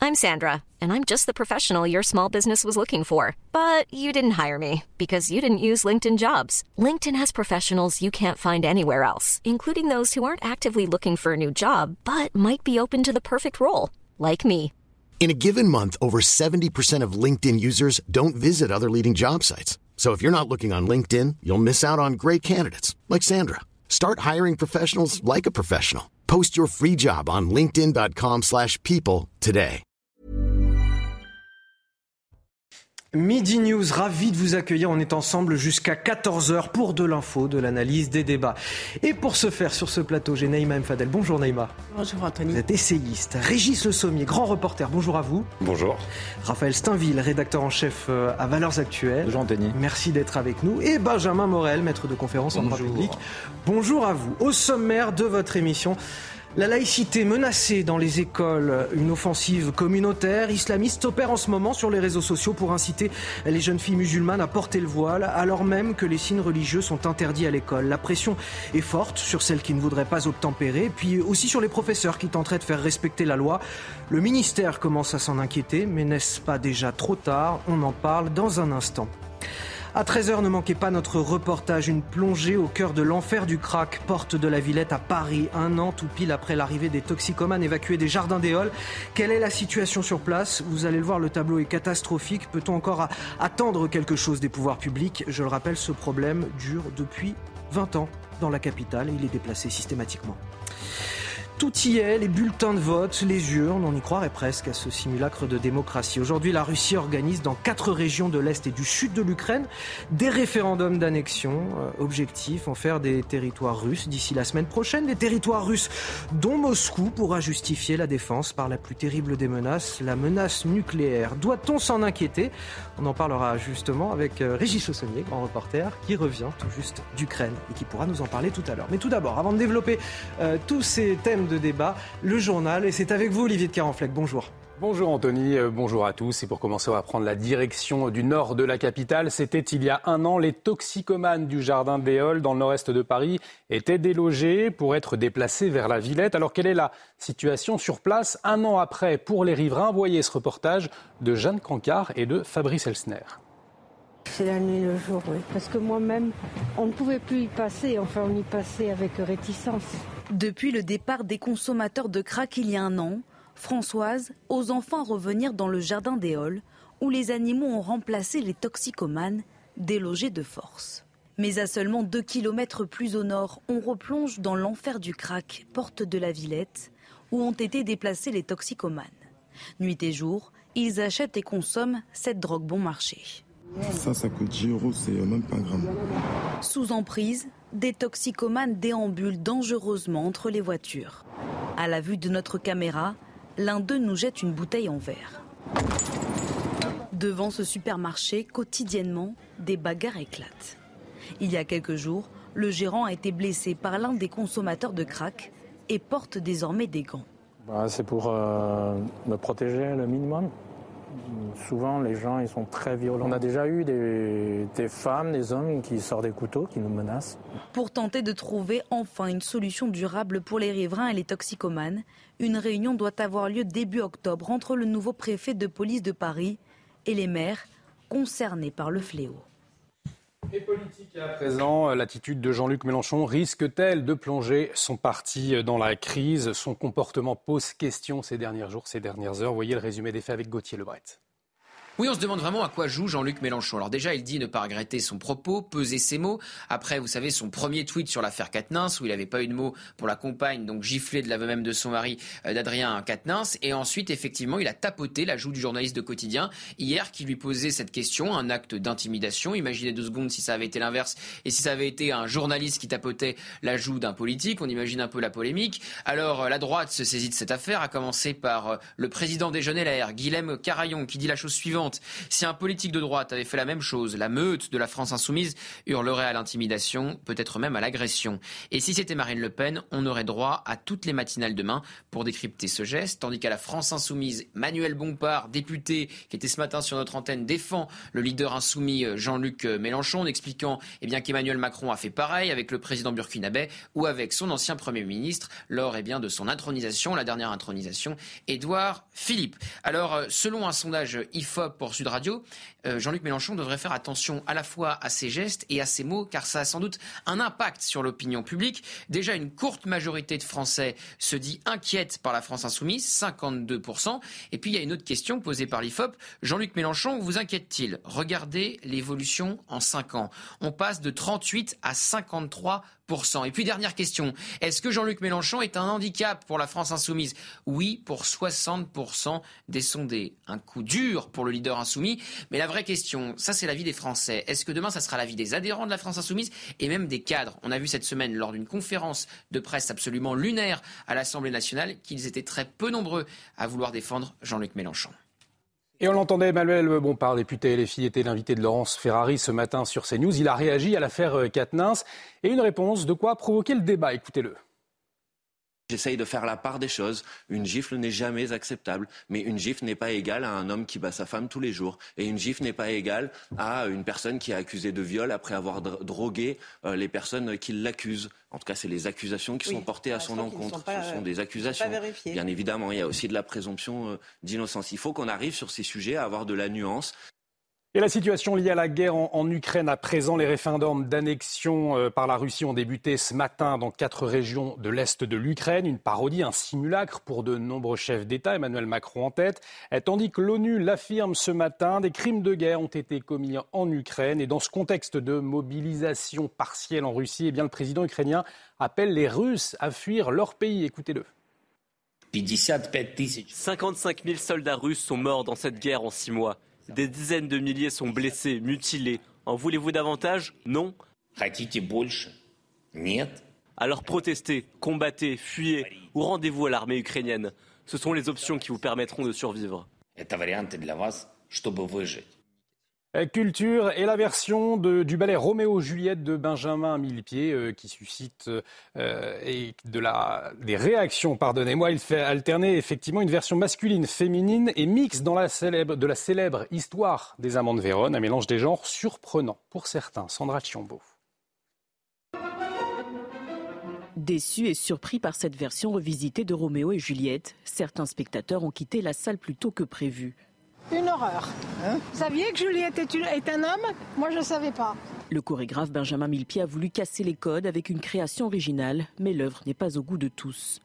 I'm Sandra, and I'm just the professional your small business was looking for. But you didn't hire me because you didn't use LinkedIn Jobs. LinkedIn has professionals you can't find anywhere else, including those who aren't actively looking for a new job, but might be open to the perfect role, like me. In a given month, over 70% of LinkedIn users don't visit other leading job sites. So if you're not looking on LinkedIn, you'll miss out on great candidates like Sandra. Start hiring professionals like a professional. Post your free job on linkedin.com/people today. Midi News, ravi de vous accueillir. On est ensemble jusqu'à 14h pour de l'info, de l'analyse, des débats. Et pour ce faire sur ce plateau, j'ai Naïma M. Fadel. Bonjour Naïma. Bonjour Anthony. Vous êtes essayiste. Régis Le Sommier, grand reporter. Bonjour à vous. Bonjour. Raphaël Steinville, rédacteur en chef à Valeurs Actuelles. Bonjour Anthony. Merci d'être avec nous. Et Benjamin Morel, maître de conférence en droit public. Bonjour à vous. Au sommaire de votre émission, la laïcité menacée dans les écoles, une offensive communautaire islamiste opère en ce moment sur les réseaux sociaux pour inciter les jeunes filles musulmanes à porter le voile, alors même que les signes religieux sont interdits à l'école. La pression est forte sur celles qui ne voudraient pas obtempérer, puis aussi sur les professeurs qui tenteraient de faire respecter la loi. Le ministère commence à s'en inquiéter, mais n'est-ce pas déjà trop tard ? On en parle dans un instant. À 13h, ne manquez pas notre reportage, une plongée au cœur de l'enfer du crack, porte de la Villette à Paris, 1 an tout pile après l'arrivée des toxicomanes évacués des Jardins des Halles. Quelle est la situation sur place ? Vous allez le voir, le tableau est catastrophique. Peut-on encore attendre quelque chose des pouvoirs publics ? Je le rappelle, ce problème dure depuis 20 ans dans la capitale et il est déplacé systématiquement. Tout y est, les bulletins de vote, les urnes, on y croirait presque à ce simulacre de démocratie. Aujourd'hui, la Russie organise dans 4 régions de l'Est et du Sud de l'Ukraine des référendums d'annexion. Objectif, en faire des territoires russes d'ici la semaine prochaine. Des territoires russes dont Moscou pourra justifier la défense par la plus terrible des menaces, la menace nucléaire. Doit-on s'en inquiéter ? On en parlera justement avec Régis Le Sommier, grand reporter, qui revient tout juste d'Ukraine et qui pourra nous en parler tout à l'heure. Mais tout d'abord, avant de développer tous ces thèmes de débat, le journal, et c'est avec vous Olivier de Carenfleck, bonjour. Bonjour Anthony, bonjour à tous. Et pour commencer, on va prendre la direction du nord de la capitale. C'était il y a 1 an, les toxicomanes du Jardin des Halles, dans le nord-est de Paris, étaient délogés pour être déplacés vers la Villette. Alors quelle est la situation sur place 1 an après pour les riverains ? Voyez ce reportage de Jeanne Cancard et de Fabrice Elsner. C'est la nuit le jour, oui. Parce que moi-même, on ne pouvait plus y passer. Enfin, on y passait avec réticence. Depuis le départ des consommateurs de crack il y a 1 an, Françoise ose enfin revenir dans le Jardin des Halles, où les animaux ont remplacé les toxicomanes, délogés de force. Mais à seulement 2 kilomètres plus au nord, on replonge dans l'enfer du crack, porte de la Villette, où ont été déplacés les toxicomanes. Nuit et jour, ils achètent et consomment cette drogue bon marché. Ça coûte 10 €, c'est même pas un gramme. Sous emprise, des toxicomanes déambulent dangereusement entre les voitures. À la vue de notre caméra, l'un d'eux nous jette une bouteille en verre. Devant ce supermarché, quotidiennement, des bagarres éclatent. Il y a quelques jours, le gérant a été blessé par l'un des consommateurs de crack et porte désormais des gants. C'est pour me protéger le minimum. Souvent, les gens ils sont très violents. On a déjà eu des femmes, des hommes qui sortent des couteaux, qui nous menacent. Pour tenter de trouver enfin une solution durable pour les riverains et les toxicomanes, une réunion doit avoir lieu début octobre entre le nouveau préfet de police de Paris et les maires concernés par le fléau. Et politique à présent, l'attitude de Jean-Luc Mélenchon risque-t-elle de plonger son parti dans la crise ? Son comportement pose question ces derniers jours, ces dernières heures. Voyez le résumé des faits avec Gauthier Lebret. Oui, on se demande vraiment à quoi joue Jean-Luc Mélenchon. Alors déjà, il dit ne pas regretter son propos, peser ses mots. Après, vous savez, son premier tweet sur l'affaire Quatennens, où il n'avait pas eu de mots pour la compagne, donc giflé de l'aveu même de son mari, d'Adrien Quatennens. Et ensuite, effectivement, il a tapoté la joue du journaliste de Quotidien hier qui lui posait cette question, un acte d'intimidation. Imaginez 2 secondes si ça avait été l'inverse et si ça avait été un journaliste qui tapotait la joue d'un politique. On imagine un peu la polémique. Alors, la droite se saisit de cette affaire, à commencer par le président des Jeunes LR, Guilhem Carayon, qui dit la chose suivante. suivante. Si un politique de droite avait fait la même chose, la meute de la France insoumise hurlerait à l'intimidation, peut-être même à l'agression. Et si c'était Marine Le Pen, on aurait droit à toutes les matinales demain pour décrypter ce geste, tandis qu'à la France insoumise, Manuel Bompard, député, qui était ce matin sur notre antenne, défend le leader insoumis Jean-Luc Mélenchon, en expliquant qu'Emmanuel Macron a fait pareil avec le président burkinabé ou avec son ancien Premier ministre lors de son intronisation, la dernière intronisation, Édouard Philippe. Alors, selon un sondage IFOP pour Sud Radio, Jean-Luc Mélenchon devrait faire attention à la fois à ses gestes et à ses mots, car ça a sans doute un impact sur l'opinion publique. Déjà, une courte majorité de Français se dit inquiète par la France insoumise, 52%. Et puis, il y a une autre question posée par l'IFOP. Jean-Luc Mélenchon vous inquiète-t-il ? Regardez l'évolution en 5 ans. On passe de 38 à 53%. Et puis, dernière question. Est-ce que Jean-Luc Mélenchon est un handicap pour la France insoumise ? Oui, pour 60% des sondés. Un coup dur pour le leader insoumis. Mais la vraie question, ça c'est l'avis des Français. Est-ce que demain, ça sera l'avis des adhérents de la France insoumise et même des cadres ? On a vu cette semaine, lors d'une conférence de presse absolument lunaire à l'Assemblée nationale, qu'ils étaient très peu nombreux à vouloir défendre Jean-Luc Mélenchon. Et on l'entendait, Emmanuel Bompard, député LFI, était l'invité de Laurence Ferrari ce matin sur CNews. Il a réagi à l'affaire Quatennens et une réponse de quoi provoquer le débat. Écoutez-le. J'essaye de faire la part des choses. Une gifle n'est jamais acceptable, mais une gifle n'est pas égale à un homme qui bat sa femme tous les jours. Et une gifle n'est pas égale à une personne qui est accusée de viol après avoir drogué les personnes qui l'accusent. En tout cas, c'est les accusations qui sont portées à son encontre. Ce sont des accusations. Bien évidemment, il y a aussi de la présomption d'innocence. Il faut qu'on arrive sur ces sujets à avoir de la nuance. Et la situation liée à la guerre en Ukraine à présent, les référendums d'annexion par la Russie ont débuté ce matin dans 4 régions de l'Est de l'Ukraine. Une parodie, un simulacre pour de nombreux chefs d'État, Emmanuel Macron en tête. Tandis que l'ONU l'affirme ce matin, des crimes de guerre ont été commis en Ukraine. Et dans ce contexte de mobilisation partielle en Russie, le président ukrainien appelle les Russes à fuir leur pays. Écoutez-le. 55 000 soldats russes sont morts dans cette guerre en 6 mois. Des dizaines de milliers sont blessés, mutilés. En voulez-vous davantage ? Non. Alors protestez, combattez, fuyez ou rendez-vous à l'armée ukrainienne. Ce sont les options qui vous permettront de survivre. Culture et la version du ballet Roméo et Juliette de Benjamin Millepied qui suscite des réactions. Pardonnez-moi, il fait alterner effectivement une version masculine, féminine et mixte de la célèbre histoire des amants de Vérone, un mélange des genres surprenant pour certains. Sandra Chiombo. Déçus et surpris par cette version revisitée de Roméo et Juliette, certains spectateurs ont quitté la salle plus tôt que prévu. Une horreur. Vous saviez que Juliette est un homme ? Moi, je ne savais pas. Le chorégraphe Benjamin Millepied a voulu casser les codes avec une création originale, mais l'œuvre n'est pas au goût de tous.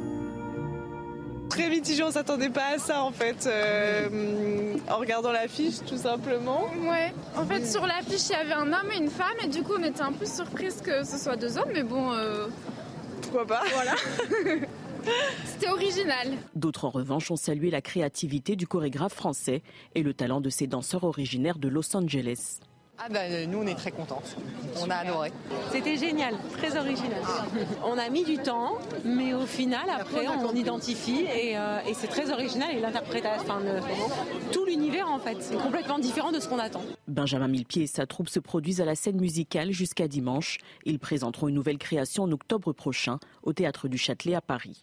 Très mitigé, on ne s'attendait pas à ça en fait, en regardant l'affiche tout simplement. Ouais, en fait sur l'affiche il y avait un homme et une femme et du coup on était un peu surprise que ce soit 2 hommes, mais bon... Pourquoi pas ? Voilà. C'était original. D'autres en revanche ont salué la créativité du chorégraphe français et le talent de ses danseurs originaires de Los Angeles. Nous on est très contents, on a adoré. C'était génial, très original. On a mis du temps, mais au final après on identifie et c'est très original et l'interprétation, tout l'univers en fait, c'est complètement différent de ce qu'on attend. Benjamin Millepied et sa troupe se produisent à la scène musicale jusqu'à dimanche. Ils présenteront une nouvelle création en octobre prochain au Théâtre du Châtelet à Paris.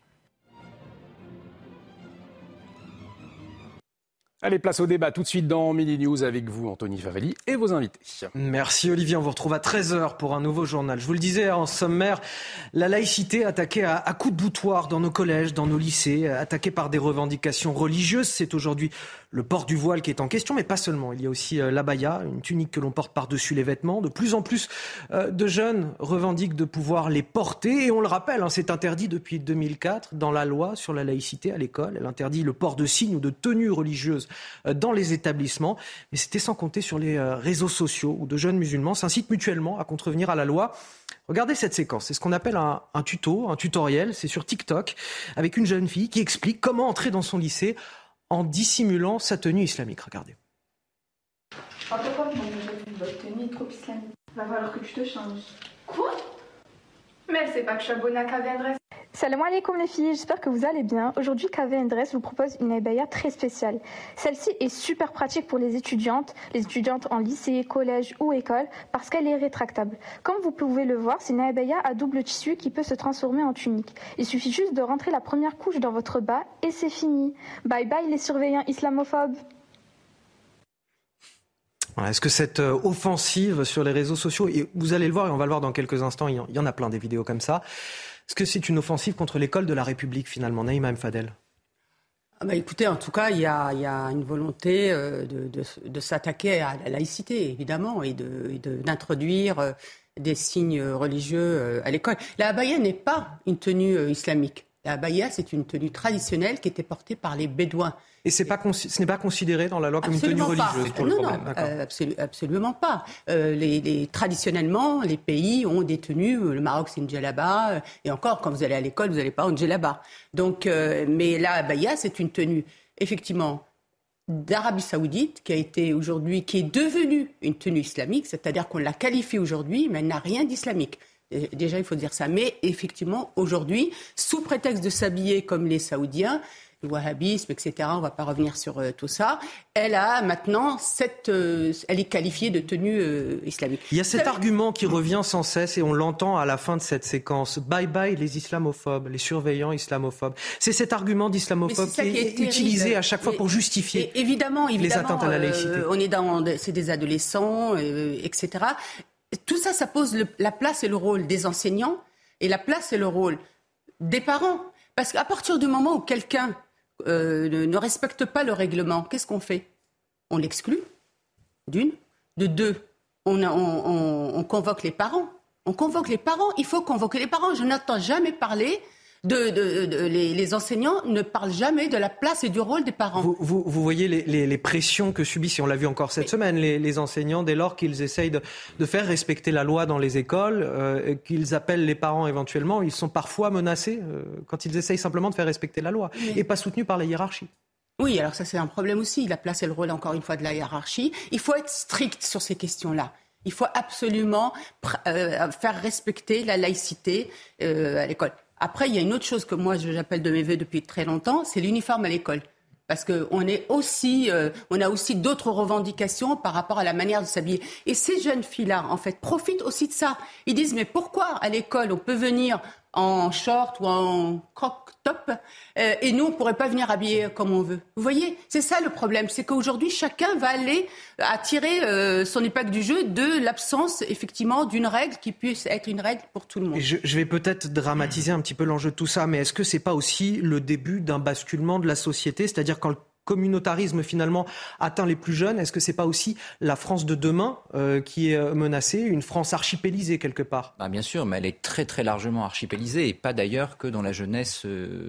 Allez, place au débat tout de suite dans Midi News avec vous, Anthony Favalli, et vos invités. Merci Olivier, on vous retrouve à 13h pour un nouveau journal. Je vous le disais en sommaire, la laïcité attaquée à coups de boutoir dans nos collèges, dans nos lycées, attaquée par des revendications religieuses. C'est aujourd'hui le port du voile qui est en question, mais pas seulement. Il y a aussi l'abaya, une tunique que l'on porte par-dessus les vêtements. De plus en plus de jeunes revendiquent de pouvoir les porter. Et on le rappelle, c'est interdit depuis 2004 dans la loi sur la laïcité à l'école. Elle interdit le port de signes ou de tenues religieuses dans les établissements. Mais c'était sans compter sur les réseaux sociaux où de jeunes musulmans s'incitent mutuellement à contrevenir à la loi. Regardez cette séquence, c'est ce qu'on appelle un tutoriel, c'est sur TikTok, avec une jeune fille qui explique comment entrer dans son lycée en dissimulant sa tenue islamique. Regardez. Pourquoi votre tenue est trop islamique ? Va falloir que tu te changes. Quoi ? Mais elle sait pas que je suis abonnée à KVN Dress. Salam alaikum les filles, j'espère que vous allez bien. Aujourd'hui, KVN Dress vous propose une abaya très spéciale. Celle-ci est super pratique pour les étudiantes en lycée, collège ou école, parce qu'elle est rétractable. Comme vous pouvez le voir, c'est une abaya à double tissu qui peut se transformer en tunique. Il suffit juste de rentrer la première couche dans votre bas et c'est fini. Bye bye les surveillants islamophobes. Est-ce que cette offensive sur les réseaux sociaux, et vous allez le voir et on va le voir dans quelques instants, il y en a plein des vidéos comme ça, est-ce que c'est une offensive contre l'école de la République finalement, Naïma M. Fadel? Écoutez, en tout cas, il y a une volonté de s'attaquer à la laïcité, évidemment, et d'introduire des signes religieux à l'école. La abaya n'est pas une tenue islamique. La abaya, c'est une tenue traditionnelle qui était portée par les Bédouins. Et ce n'est pas considéré dans la loi comme une tenue religieuse pour le problème. Absolument pas. Traditionnellement, les pays ont des tenues. Le Maroc, c'est une djellaba. Et encore, quand vous allez à l'école, vous n'allez pas en djellaba. Donc, mais la abaya, c'est une tenue, effectivement, d'Arabie Saoudite, qui est devenue une tenue islamique. C'est-à-dire qu'on la qualifie aujourd'hui, mais elle n'a rien d'islamique. Déjà, il faut dire ça. Mais effectivement, aujourd'hui, sous prétexte de s'habiller comme les Saoudiens, le wahhabisme, etc., on ne va pas revenir sur tout ça, elle a maintenant elle est qualifiée de tenue islamique. Il y a cet argument qui revient sans cesse et on l'entend à la fin de cette séquence. Bye bye les islamophobes, les surveillants islamophobes. C'est cet argument d'islamophobe qui est utilisé à chaque fois pour justifier les atteintes à la laïcité. C'est des adolescents, etc. Tout ça, ça pose la place et le rôle des enseignants et la place et le rôle des parents. Parce qu'à partir du moment où quelqu'un ne respecte pas le règlement, qu'est-ce qu'on fait? On l'exclut, d'une. De deux, on convoque les parents. Il faut convoquer les parents. Je n'entends jamais parler les enseignants ne parlent jamais de la place et du rôle des parents. Vous voyez les pressions que subissent, et on l'a vu encore cette semaine, les enseignants, dès lors qu'ils essayent de faire respecter la loi dans les écoles, qu'ils appellent les parents éventuellement, ils sont parfois menacés quand ils essayent simplement de faire respecter la loi, et pas soutenus par la hiérarchie. Oui, alors ça c'est un problème aussi, la place et le rôle encore une fois de la hiérarchie. Il faut être strict sur ces questions-là. Il faut absolument faire respecter la laïcité à l'école. Après, il y a une autre chose que moi j'appelle de mes vœux depuis très longtemps, c'est l'uniforme à l'école. Parce qu'on a aussi d'autres revendications par rapport à la manière de s'habiller. Et ces jeunes filles-là, en fait, profitent aussi de ça. Ils disent, mais pourquoi à l'école on peut venir en short ou en croc-top et nous on pourrait pas venir habillés comme on veut. Vous voyez, c'est ça le problème, c'est qu'aujourd'hui chacun va aller attirer son épingle du jeu de l'absence effectivement d'une règle qui puisse être une règle pour tout le monde. Et je vais peut-être dramatiser un petit peu l'enjeu de tout ça, mais est-ce que c'est pas aussi le début d'un basculement de la société, c'est-à-dire quand le communautarisme finalement atteint les plus jeunes, est-ce que c'est pas aussi la France de demain qui est menacée, une France archipélisée quelque part? Bien sûr, mais elle est très très largement archipélisée et pas d'ailleurs que dans la jeunesse,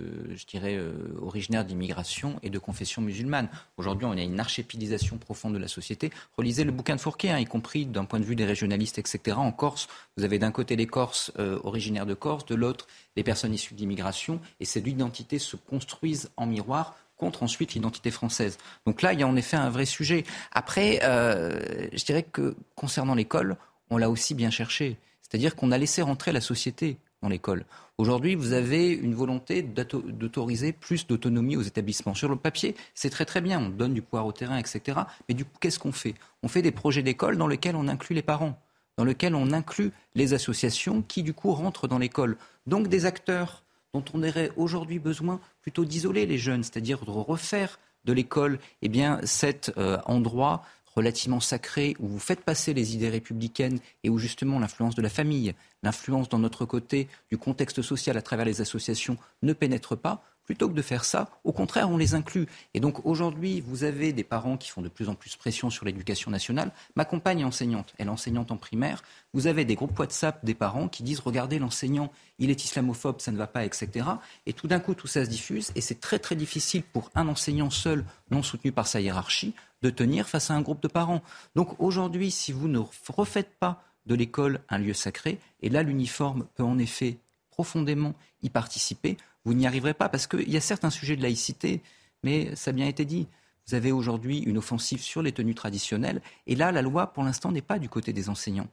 originaire d'immigration et de confession musulmane. Aujourd'hui, on a une archipélisation profonde de la société. Relisez le bouquin de Fourquet, y compris d'un point de vue des régionalistes, etc. En Corse, vous avez d'un côté les Corses originaires de Corse, de l'autre les personnes issues d'immigration, et ces deux identités se construisent en miroir contre ensuite l'identité française. Donc là, il y a en effet un vrai sujet. Après, je dirais que concernant l'école, on l'a aussi bien cherché. C'est-à-dire qu'on a laissé rentrer la société dans l'école. Aujourd'hui, vous avez une volonté d'autoriser plus d'autonomie aux établissements. Sur le papier, c'est très très bien, on donne du pouvoir au terrain, etc. Mais du coup, qu'est-ce qu'on fait? On fait des projets d'école dans lesquels on inclut les parents, dans lesquels on inclut les associations qui, du coup, rentrent dans l'école. Donc des acteurs dont on aurait aujourd'hui besoin plutôt d'isoler les jeunes, c'est-à-dire de refaire de l'école cet endroit relativement sacré où vous faites passer les idées républicaines et où justement l'influence de la famille, l'influence dans notre côté du contexte social à travers les associations ne pénètre pas. Plutôt que de faire ça, au contraire, on les inclut. Et donc aujourd'hui, vous avez des parents qui font de plus en plus pression sur l'éducation nationale. Ma compagne est enseignante, elle est enseignante en primaire. Vous avez des groupes WhatsApp des parents qui disent « Regardez, l'enseignant, il est islamophobe, ça ne va pas, etc. » Et tout d'un coup, tout ça se diffuse et c'est très très difficile pour un enseignant seul, non soutenu par sa hiérarchie, de tenir face à un groupe de parents. Donc aujourd'hui, si vous ne refaites pas de l'école un lieu sacré, et là l'uniforme peut en effet profondément y participer, vous n'y arriverez pas parce qu'il y a certains sujets de laïcité, mais ça a bien été dit. Vous avez aujourd'hui une offensive sur les tenues traditionnelles et là, la loi, pour l'instant, n'est pas du côté des enseignants.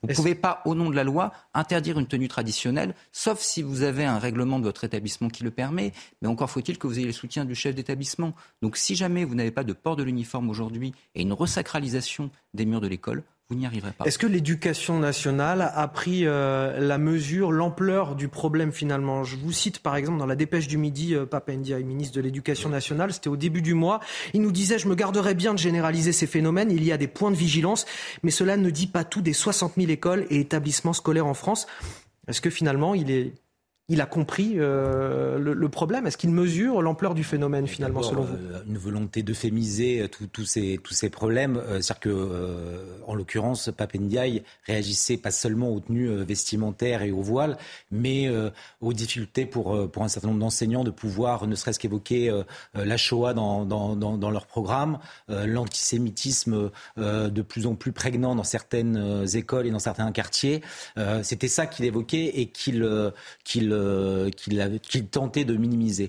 Vous ne pouvez pas, au nom de la loi, interdire une tenue traditionnelle, sauf si vous avez un règlement de votre établissement qui le permet, mais encore faut-il que vous ayez le soutien du chef d'établissement. Donc si jamais vous n'avez pas de port de l'uniforme aujourd'hui et une resacralisation des murs de l'école, vous n'y arriverez pas. Est-ce que l'éducation nationale a pris la mesure, l'ampleur du problème finalement ? Je vous cite par exemple dans la dépêche du midi, Papa Ndiaye, ministre de l'Éducation nationale, c'était au début du mois, il nous disait « Je me garderais bien de généraliser ces phénomènes, il y a des points de vigilance, mais cela ne dit pas tout des 60 000 écoles et établissements scolaires en France ». Est-ce que finalement il a compris le problème ? Est-ce qu'il mesure l'ampleur du phénomène finalement selon vous ? Une volonté d'euphémiser tous ces problèmes. C'est-à-dire que, en l'occurrence, Papa Ndiaye réagissait pas seulement aux tenues vestimentaires et aux voiles, mais aux difficultés pour un certain nombre d'enseignants de pouvoir ne serait-ce qu'évoquer la Shoah dans leur programme, l'antisémitisme de plus en plus prégnant dans certaines écoles et dans certains quartiers. C'était ça qu'il évoquait et qu'il tentait de minimiser.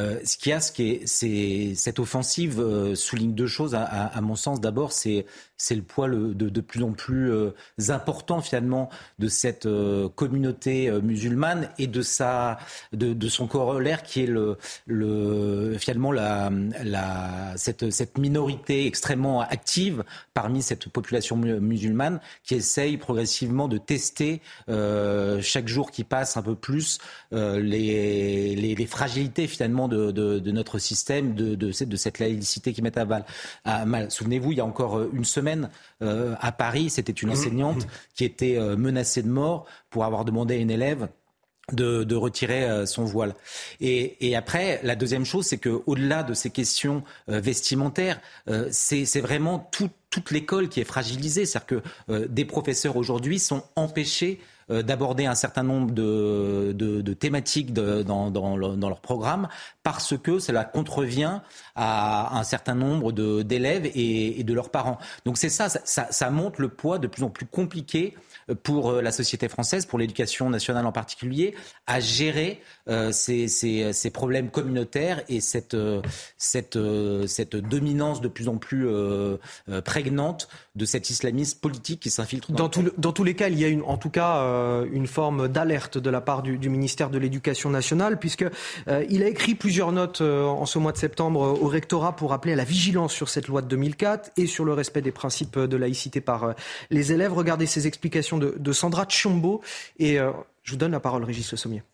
Cette offensive souligne deux choses à mon sens. D'abord, c'est le poids de plus en plus important finalement de cette communauté musulmane et de son corollaire qui est finalement cette minorité extrêmement active parmi cette population musulmane qui essaye progressivement de tester chaque jour qui passe un peu plus les fragilités finalement de notre système, de cette laïcité qui met à mal. Souvenez-vous, il y a encore une semaine à Paris, c'était une enseignante qui était menacée de mort pour avoir demandé à une élève de retirer son voile. Et après, la deuxième chose, c'est qu'au-delà de ces questions vestimentaires, c'est vraiment toute l'école qui est fragilisée. C'est-à-dire que des professeurs aujourd'hui sont empêchés d'aborder un certain nombre de thématiques dans leur programme parce que cela contrevient à un certain nombre d'élèves et de leurs parents. Donc c'est ça montre le poids de plus en plus compliqué pour la société française, pour l'éducation nationale en particulier, à gérer ces problèmes communautaires et cette dominance de plus en plus prégnante de cet islamisme politique qui s'infiltre dans tous les cas, il y a une forme d'alerte de la part du ministère de l'Éducation nationale, puisqu'il a écrit plusieurs notes en ce mois de septembre au rectorat pour appeler à la vigilance sur cette loi de 2004 et sur le respect des principes de laïcité par les élèves. Regardez ces explications de Sandra Tchombo et je vous donne la parole, Régis Le Sommier.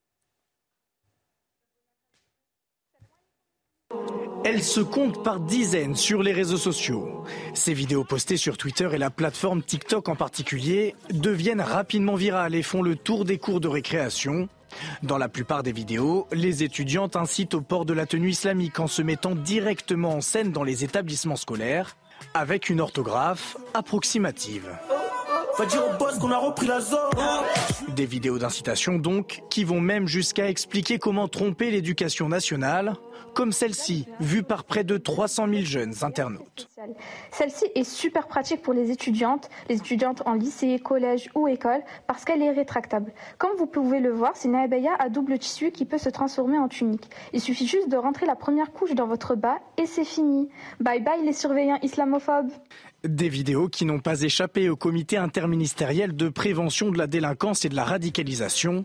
Elles se comptent par dizaines sur les réseaux sociaux. Ces vidéos postées sur Twitter et la plateforme TikTok en particulier deviennent rapidement virales et font le tour des cours de récréation. Dans la plupart des vidéos, les étudiantes incitent au port de la tenue islamique en se mettant directement en scène dans les établissements scolaires avec une orthographe approximative. Va dire au boss qu'on a repris la zone. Des vidéos d'incitation donc, qui vont même jusqu'à expliquer comment tromper l'éducation nationale, comme celle-ci, vue par près de 300 000 jeunes internautes. Celle-ci est super pratique pour les étudiantes en lycée, collège ou école, parce qu'elle est rétractable. Comme vous pouvez le voir, c'est une abaya à double tissu qui peut se transformer en tunique. Il suffit juste de rentrer la première couche dans votre bas et c'est fini. Bye bye les surveillants islamophobes. Des vidéos qui n'ont pas échappé au comité interministériel de prévention de la délinquance et de la radicalisation.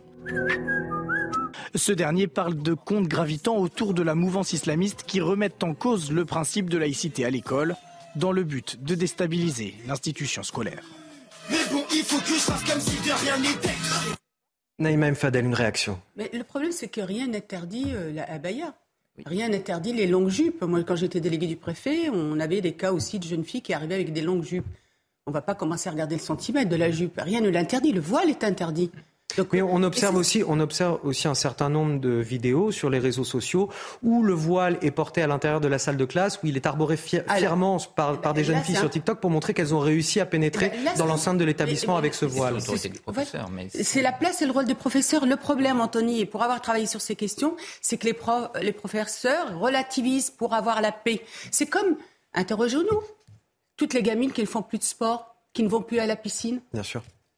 Ce dernier parle de contes gravitant autour de la mouvance islamiste qui remettent en cause le principe de laïcité à l'école dans le but de déstabiliser l'institution scolaire. Mais bon, il faut que je fasse comme si de rien n'était. Naïma M. Fadel, une réaction. Mais le problème, c'est que rien n'interdit la abaya. Rien n'interdit les longues jupes. Moi, quand j'étais déléguée du préfet, on avait des cas aussi de jeunes filles qui arrivaient avec des longues jupes. On ne va pas commencer à regarder le centimètre de la jupe. Rien ne l'interdit. Le voile est interdit. Donc, mais on observe aussi un certain nombre de vidéos sur les réseaux sociaux où le voile est porté à l'intérieur de la salle de classe, où il est arboré fièrement par des jeunes filles sur TikTok pour montrer qu'elles ont réussi à pénétrer dans l'enceinte de l'établissement avec ce voile. C'est la place et le rôle des professeurs. Le problème, Anthony, et pour avoir travaillé sur ces questions, c'est que les professeurs relativisent pour avoir la paix. C'est comme, interrogeons-nous, toutes les gamines qui ne font plus de sport, qui ne vont plus à la piscine. Bien sûr.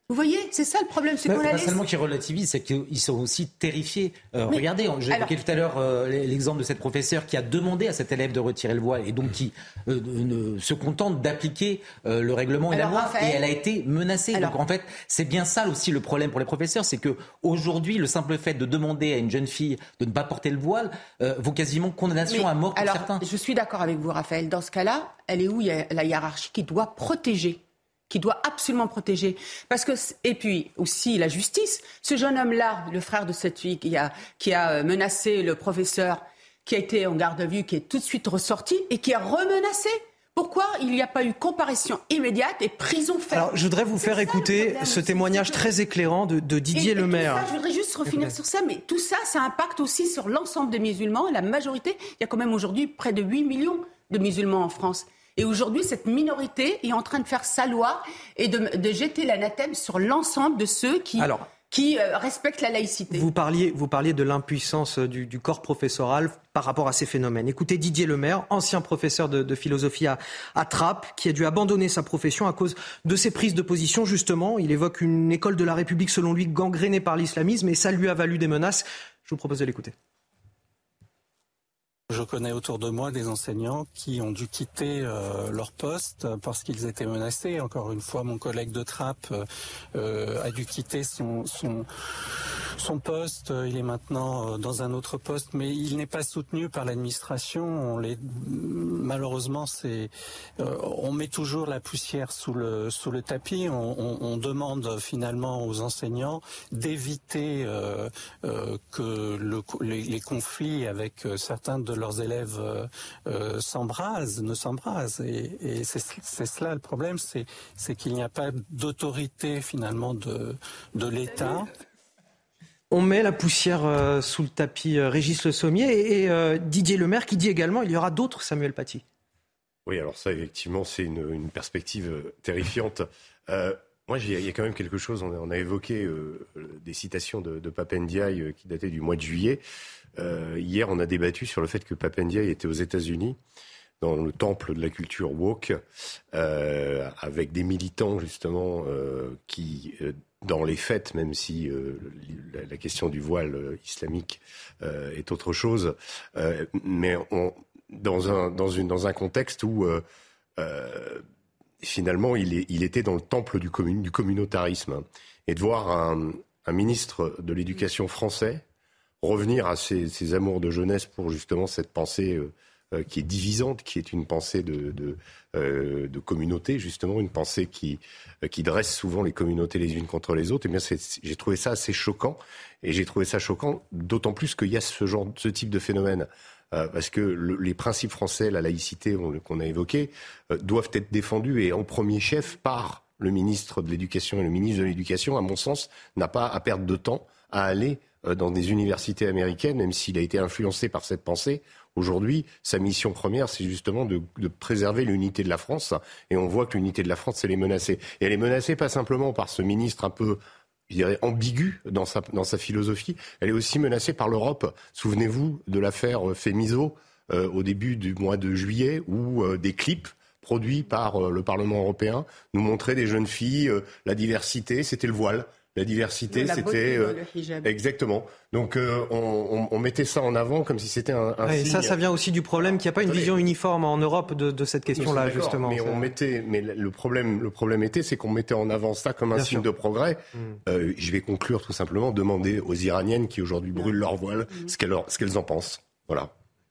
Vous voyez, c'est ça le problème, c'est qu'on pas seulement qu'ils relativisent, c'est qu'ils sont aussi terrifiés. Regardez, j'ai évoqué tout à l'heure l'exemple de cette professeure qui a demandé à cet élève de retirer le voile et donc qui se contente d'appliquer le règlement et la loi, Raphaël, et elle a été menacée. Donc en fait, c'est bien ça aussi le problème pour les professeurs, c'est que aujourd'hui, le simple fait de demander à une jeune fille de ne pas porter le voile vaut quasiment condamnation à mort pour certains. Je suis d'accord avec vous, Raphaël. Dans ce cas-là, elle est où la hiérarchie qui doit protéger, qui doit absolument protéger. Parce que, et puis aussi la justice. Ce jeune homme-là, le frère de cette fille qui a menacé le professeur, qui a été en garde à vue, qui est tout de suite ressorti et qui a remenacé. Pourquoi il n'y a pas eu comparution immédiate et prison ferme? Alors, je voudrais vous faire écouter ce témoignage très éclairant de Didier Lemaire. Je voudrais juste refinir sur ça, mais tout ça, ça impacte aussi sur l'ensemble des musulmans. La majorité, il y a quand même aujourd'hui près de 8 millions de musulmans en France. Et aujourd'hui, cette minorité est en train de faire sa loi et de jeter l'anathème sur l'ensemble de ceux qui respectent la laïcité. Vous parliez de l'impuissance du corps professoral par rapport à ces phénomènes. Écoutez Didier Lemaire, ancien professeur de philosophie à Trappes, qui a dû abandonner sa profession à cause de ses prises de position. Justement, il évoque une école de la République, selon lui, gangrénée par l'islamisme, et ça lui a valu des menaces. Je vous propose de l'écouter. Je connais autour de moi des enseignants qui ont dû quitter leur poste parce qu'ils étaient menacés. Encore une fois, mon collègue de Trappes a dû quitter son poste. Il est maintenant dans un autre poste, mais il n'est pas soutenu par l'administration. Malheureusement, on met toujours la poussière sous le tapis. On demande finalement aux enseignants d'éviter que les conflits avec certains de leurs élèves ne s'embrasent. Et c'est cela le problème, c'est qu'il n'y a pas d'autorité finalement de l'État. On met la poussière sous le tapis, Régis Le Sommier, et Didier Lemaire qui dit également il y aura d'autres Samuel Paty. Oui, alors ça, effectivement, c'est une perspective terrifiante. Moi, il y a quand même quelque chose, on a évoqué des citations de Pape Ndiaye qui dataient du mois de juillet. Hier, on a débattu sur le fait que Pape Ndiaye était aux États-Unis, dans le temple de la culture woke, avec des militants, justement, qui... dans les faits, même si la question du voile islamique est autre chose, mais dans un contexte où finalement il était dans le temple du communautarisme, et de voir un ministre de l'Éducation français revenir à ses amours de jeunesse pour justement cette pensée qui est divisante, qui est une pensée de communauté, justement, une pensée qui dresse souvent les communautés les unes contre les autres. Et bien, j'ai trouvé ça assez choquant. Et j'ai trouvé ça choquant d'autant plus qu'il y a ce type de phénomène. Parce que les principes français, la laïcité qu'on a évoquée, doivent être défendus, et en premier chef par le ministre de l'Éducation. Et le ministre de l'Éducation, à mon sens, n'a pas à perdre de temps à aller dans des universités américaines, même s'il a été influencé par cette pensée. Aujourd'hui, sa mission première, c'est justement de préserver l'unité de la France. Et on voit que l'unité de la France, elle est menacée. Et elle est menacée pas simplement par ce ministre un peu, je dirais, ambigu dans sa philosophie. Elle est aussi menacée par l'Europe. Souvenez-vous de l'affaire Fémizo au début du mois de juillet, où des clips produits par le Parlement européen nous montraient des jeunes filles, la diversité, c'était le voile. La diversité, c'était... exactement. Donc on mettait ça en avant comme si c'était un signe. Ça vient aussi du problème qu'il n'y a pas une vision uniforme en Europe de cette question-là, justement. Mais le problème était, c'est qu'on mettait en avant ça comme un signe de progrès. Je vais conclure tout simplement, demander aux Iraniennes qui aujourd'hui brûlent leur voile ce qu'elles en pensent. Voilà.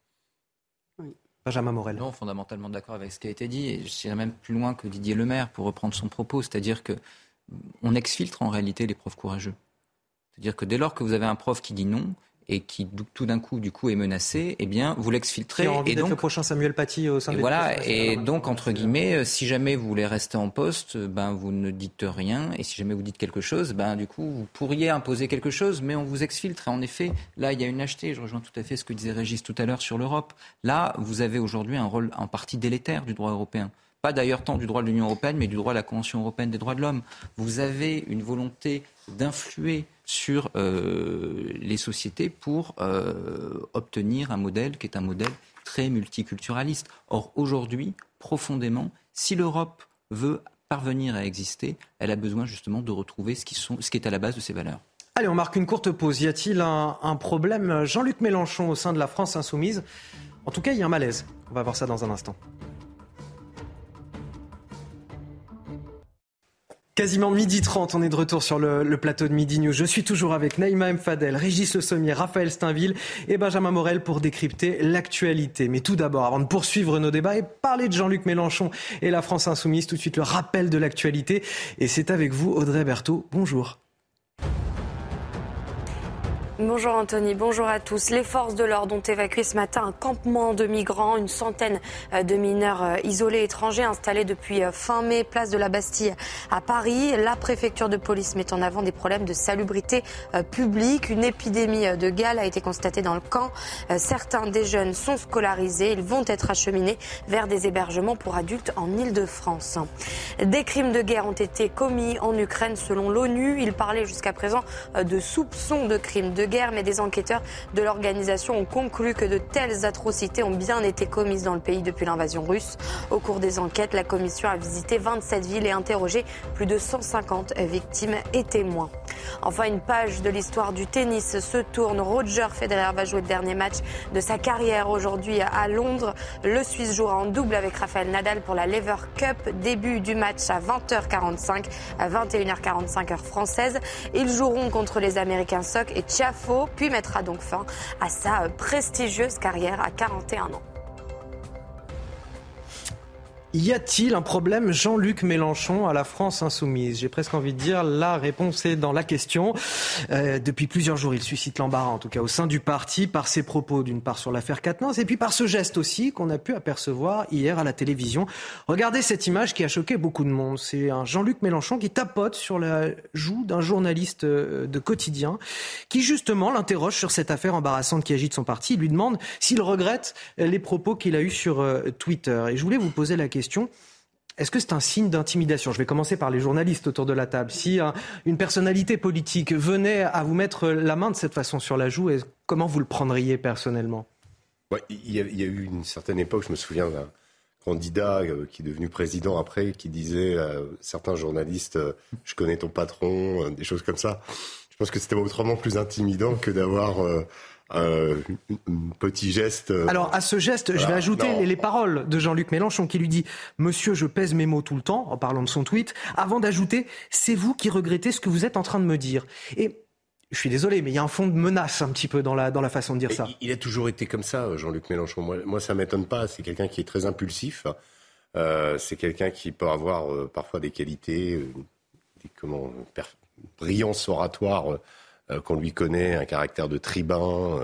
Benjamin Morel. Non, fondamentalement d'accord avec ce qui a été dit. Et j'irais même plus loin que Didier Lemaire pour reprendre son propos, c'est-à-dire que on exfiltre en réalité les profs courageux. C'est-à-dire que dès lors que vous avez un prof qui dit non et qui tout d'un coup est menacé, eh bien vous l'exfiltrez. Qui a envie d'être le prochain Samuel Paty au sein de l'éducation nationale. Et donc entre guillemets, si jamais vous voulez rester en poste, vous ne dites rien, et si jamais vous dites quelque chose, du coup vous pourriez imposer quelque chose, mais on vous exfiltre. Et en effet, là il y a une lâcheté. Je rejoins tout à fait ce que disait Régis tout à l'heure sur l'Europe. Là, vous avez aujourd'hui un rôle en partie délétère du droit européen. Pas d'ailleurs tant du droit de l'Union européenne, mais du droit de la Convention européenne des droits de l'homme. Vous avez une volonté d'influer sur les sociétés pour obtenir un modèle qui est un modèle très multiculturaliste. Or, aujourd'hui, profondément, si l'Europe veut parvenir à exister, elle a besoin justement de retrouver ce qui est à la base de ses valeurs. Allez, on marque une courte pause. Y a-t-il un problème, Jean-Luc Mélenchon, au sein de la France insoumise ? En tout cas, il y a un malaise. On va voir ça dans un instant. Quasiment 12h30, on est de retour sur le plateau de Midi News. Je suis toujours avec Naïma M. Fadel, Régis Le Sommier, Raphaël Steinville et Benjamin Morel pour décrypter l'actualité. Mais tout d'abord, avant de poursuivre nos débats et parler de Jean-Luc Mélenchon et la France insoumise, tout de suite le rappel de l'actualité. Et c'est avec vous, Audrey Berthaud. Bonjour. Bonjour Anthony, bonjour à tous. Les forces de l'ordre ont évacué ce matin un campement de migrants, une centaine de mineurs isolés étrangers installés depuis fin mai, place de la Bastille à Paris. La préfecture de police met en avant des problèmes de salubrité publique. Une épidémie de gale a été constatée dans le camp. Certains des jeunes sont scolarisés. Ils vont être acheminés vers des hébergements pour adultes en Île-de-France. Des crimes de guerre ont été commis en Ukraine selon l'ONU. Il parlait jusqu'à présent de soupçons de crimes de guerre, mais des enquêteurs de l'organisation ont conclu que de telles atrocités ont bien été commises dans le pays depuis l'invasion russe. Au cours des enquêtes, la commission a visité 27 villes et interrogé plus de 150 victimes et témoins. Enfin, une page de l'histoire du tennis se tourne. Roger Federer va jouer le dernier match de sa carrière aujourd'hui à Londres. Le Suisse jouera en double avec Rafael Nadal pour la Lever Cup. Début du match à 20h45, à 21h45 heure française. Ils joueront contre les Américains Sock et Tiafoe, puis mettra donc fin à sa prestigieuse carrière à 41 ans. Y a-t-il un problème Jean-Luc Mélenchon à la France insoumise ? J'ai presque envie de dire la réponse est dans la question. Depuis plusieurs jours, il suscite l'embarras, en tout cas au sein du parti, par ses propos d'une part sur l'affaire Quatennens et puis par ce geste aussi qu'on a pu apercevoir hier à la télévision. Regardez cette image qui a choqué beaucoup de monde. C'est un Jean-Luc Mélenchon qui tapote sur la joue d'un journaliste de quotidien qui justement l'interroge sur cette affaire embarrassante qui agite son parti. Il lui demande s'il regrette les propos qu'il a eus sur Twitter. Et je voulais vous poser la question. Est-ce que c'est un signe d'intimidation ? Je vais commencer par les journalistes autour de la table. Si une personnalité politique venait à vous mettre la main de cette façon sur la joue, comment vous le prendriez personnellement ? Ouais, il y a eu une certaine époque, je me souviens d'un candidat qui est devenu président après, qui disait à certains journalistes « je connais ton patron », des choses comme ça. Je pense que c'était autrement plus intimidant que d'avoir... un petit geste. Alors à ce geste, voilà, je vais ajouter les paroles de Jean-Luc Mélenchon qui lui dit « Monsieur, je pèse mes mots tout le temps », en parlant de son tweet, avant d'ajouter « C'est vous qui regrettez ce que vous êtes en train de me dire ». Et je suis désolé, mais il y a un fond de menace un petit peu dans la façon de dire ça. Il a toujours été comme ça, Jean-Luc Mélenchon. Moi ça ne m'étonne pas. C'est quelqu'un qui est très impulsif. C'est quelqu'un qui peut avoir parfois des qualités, brillance oratoire qu'on lui connaît, un caractère de tribun,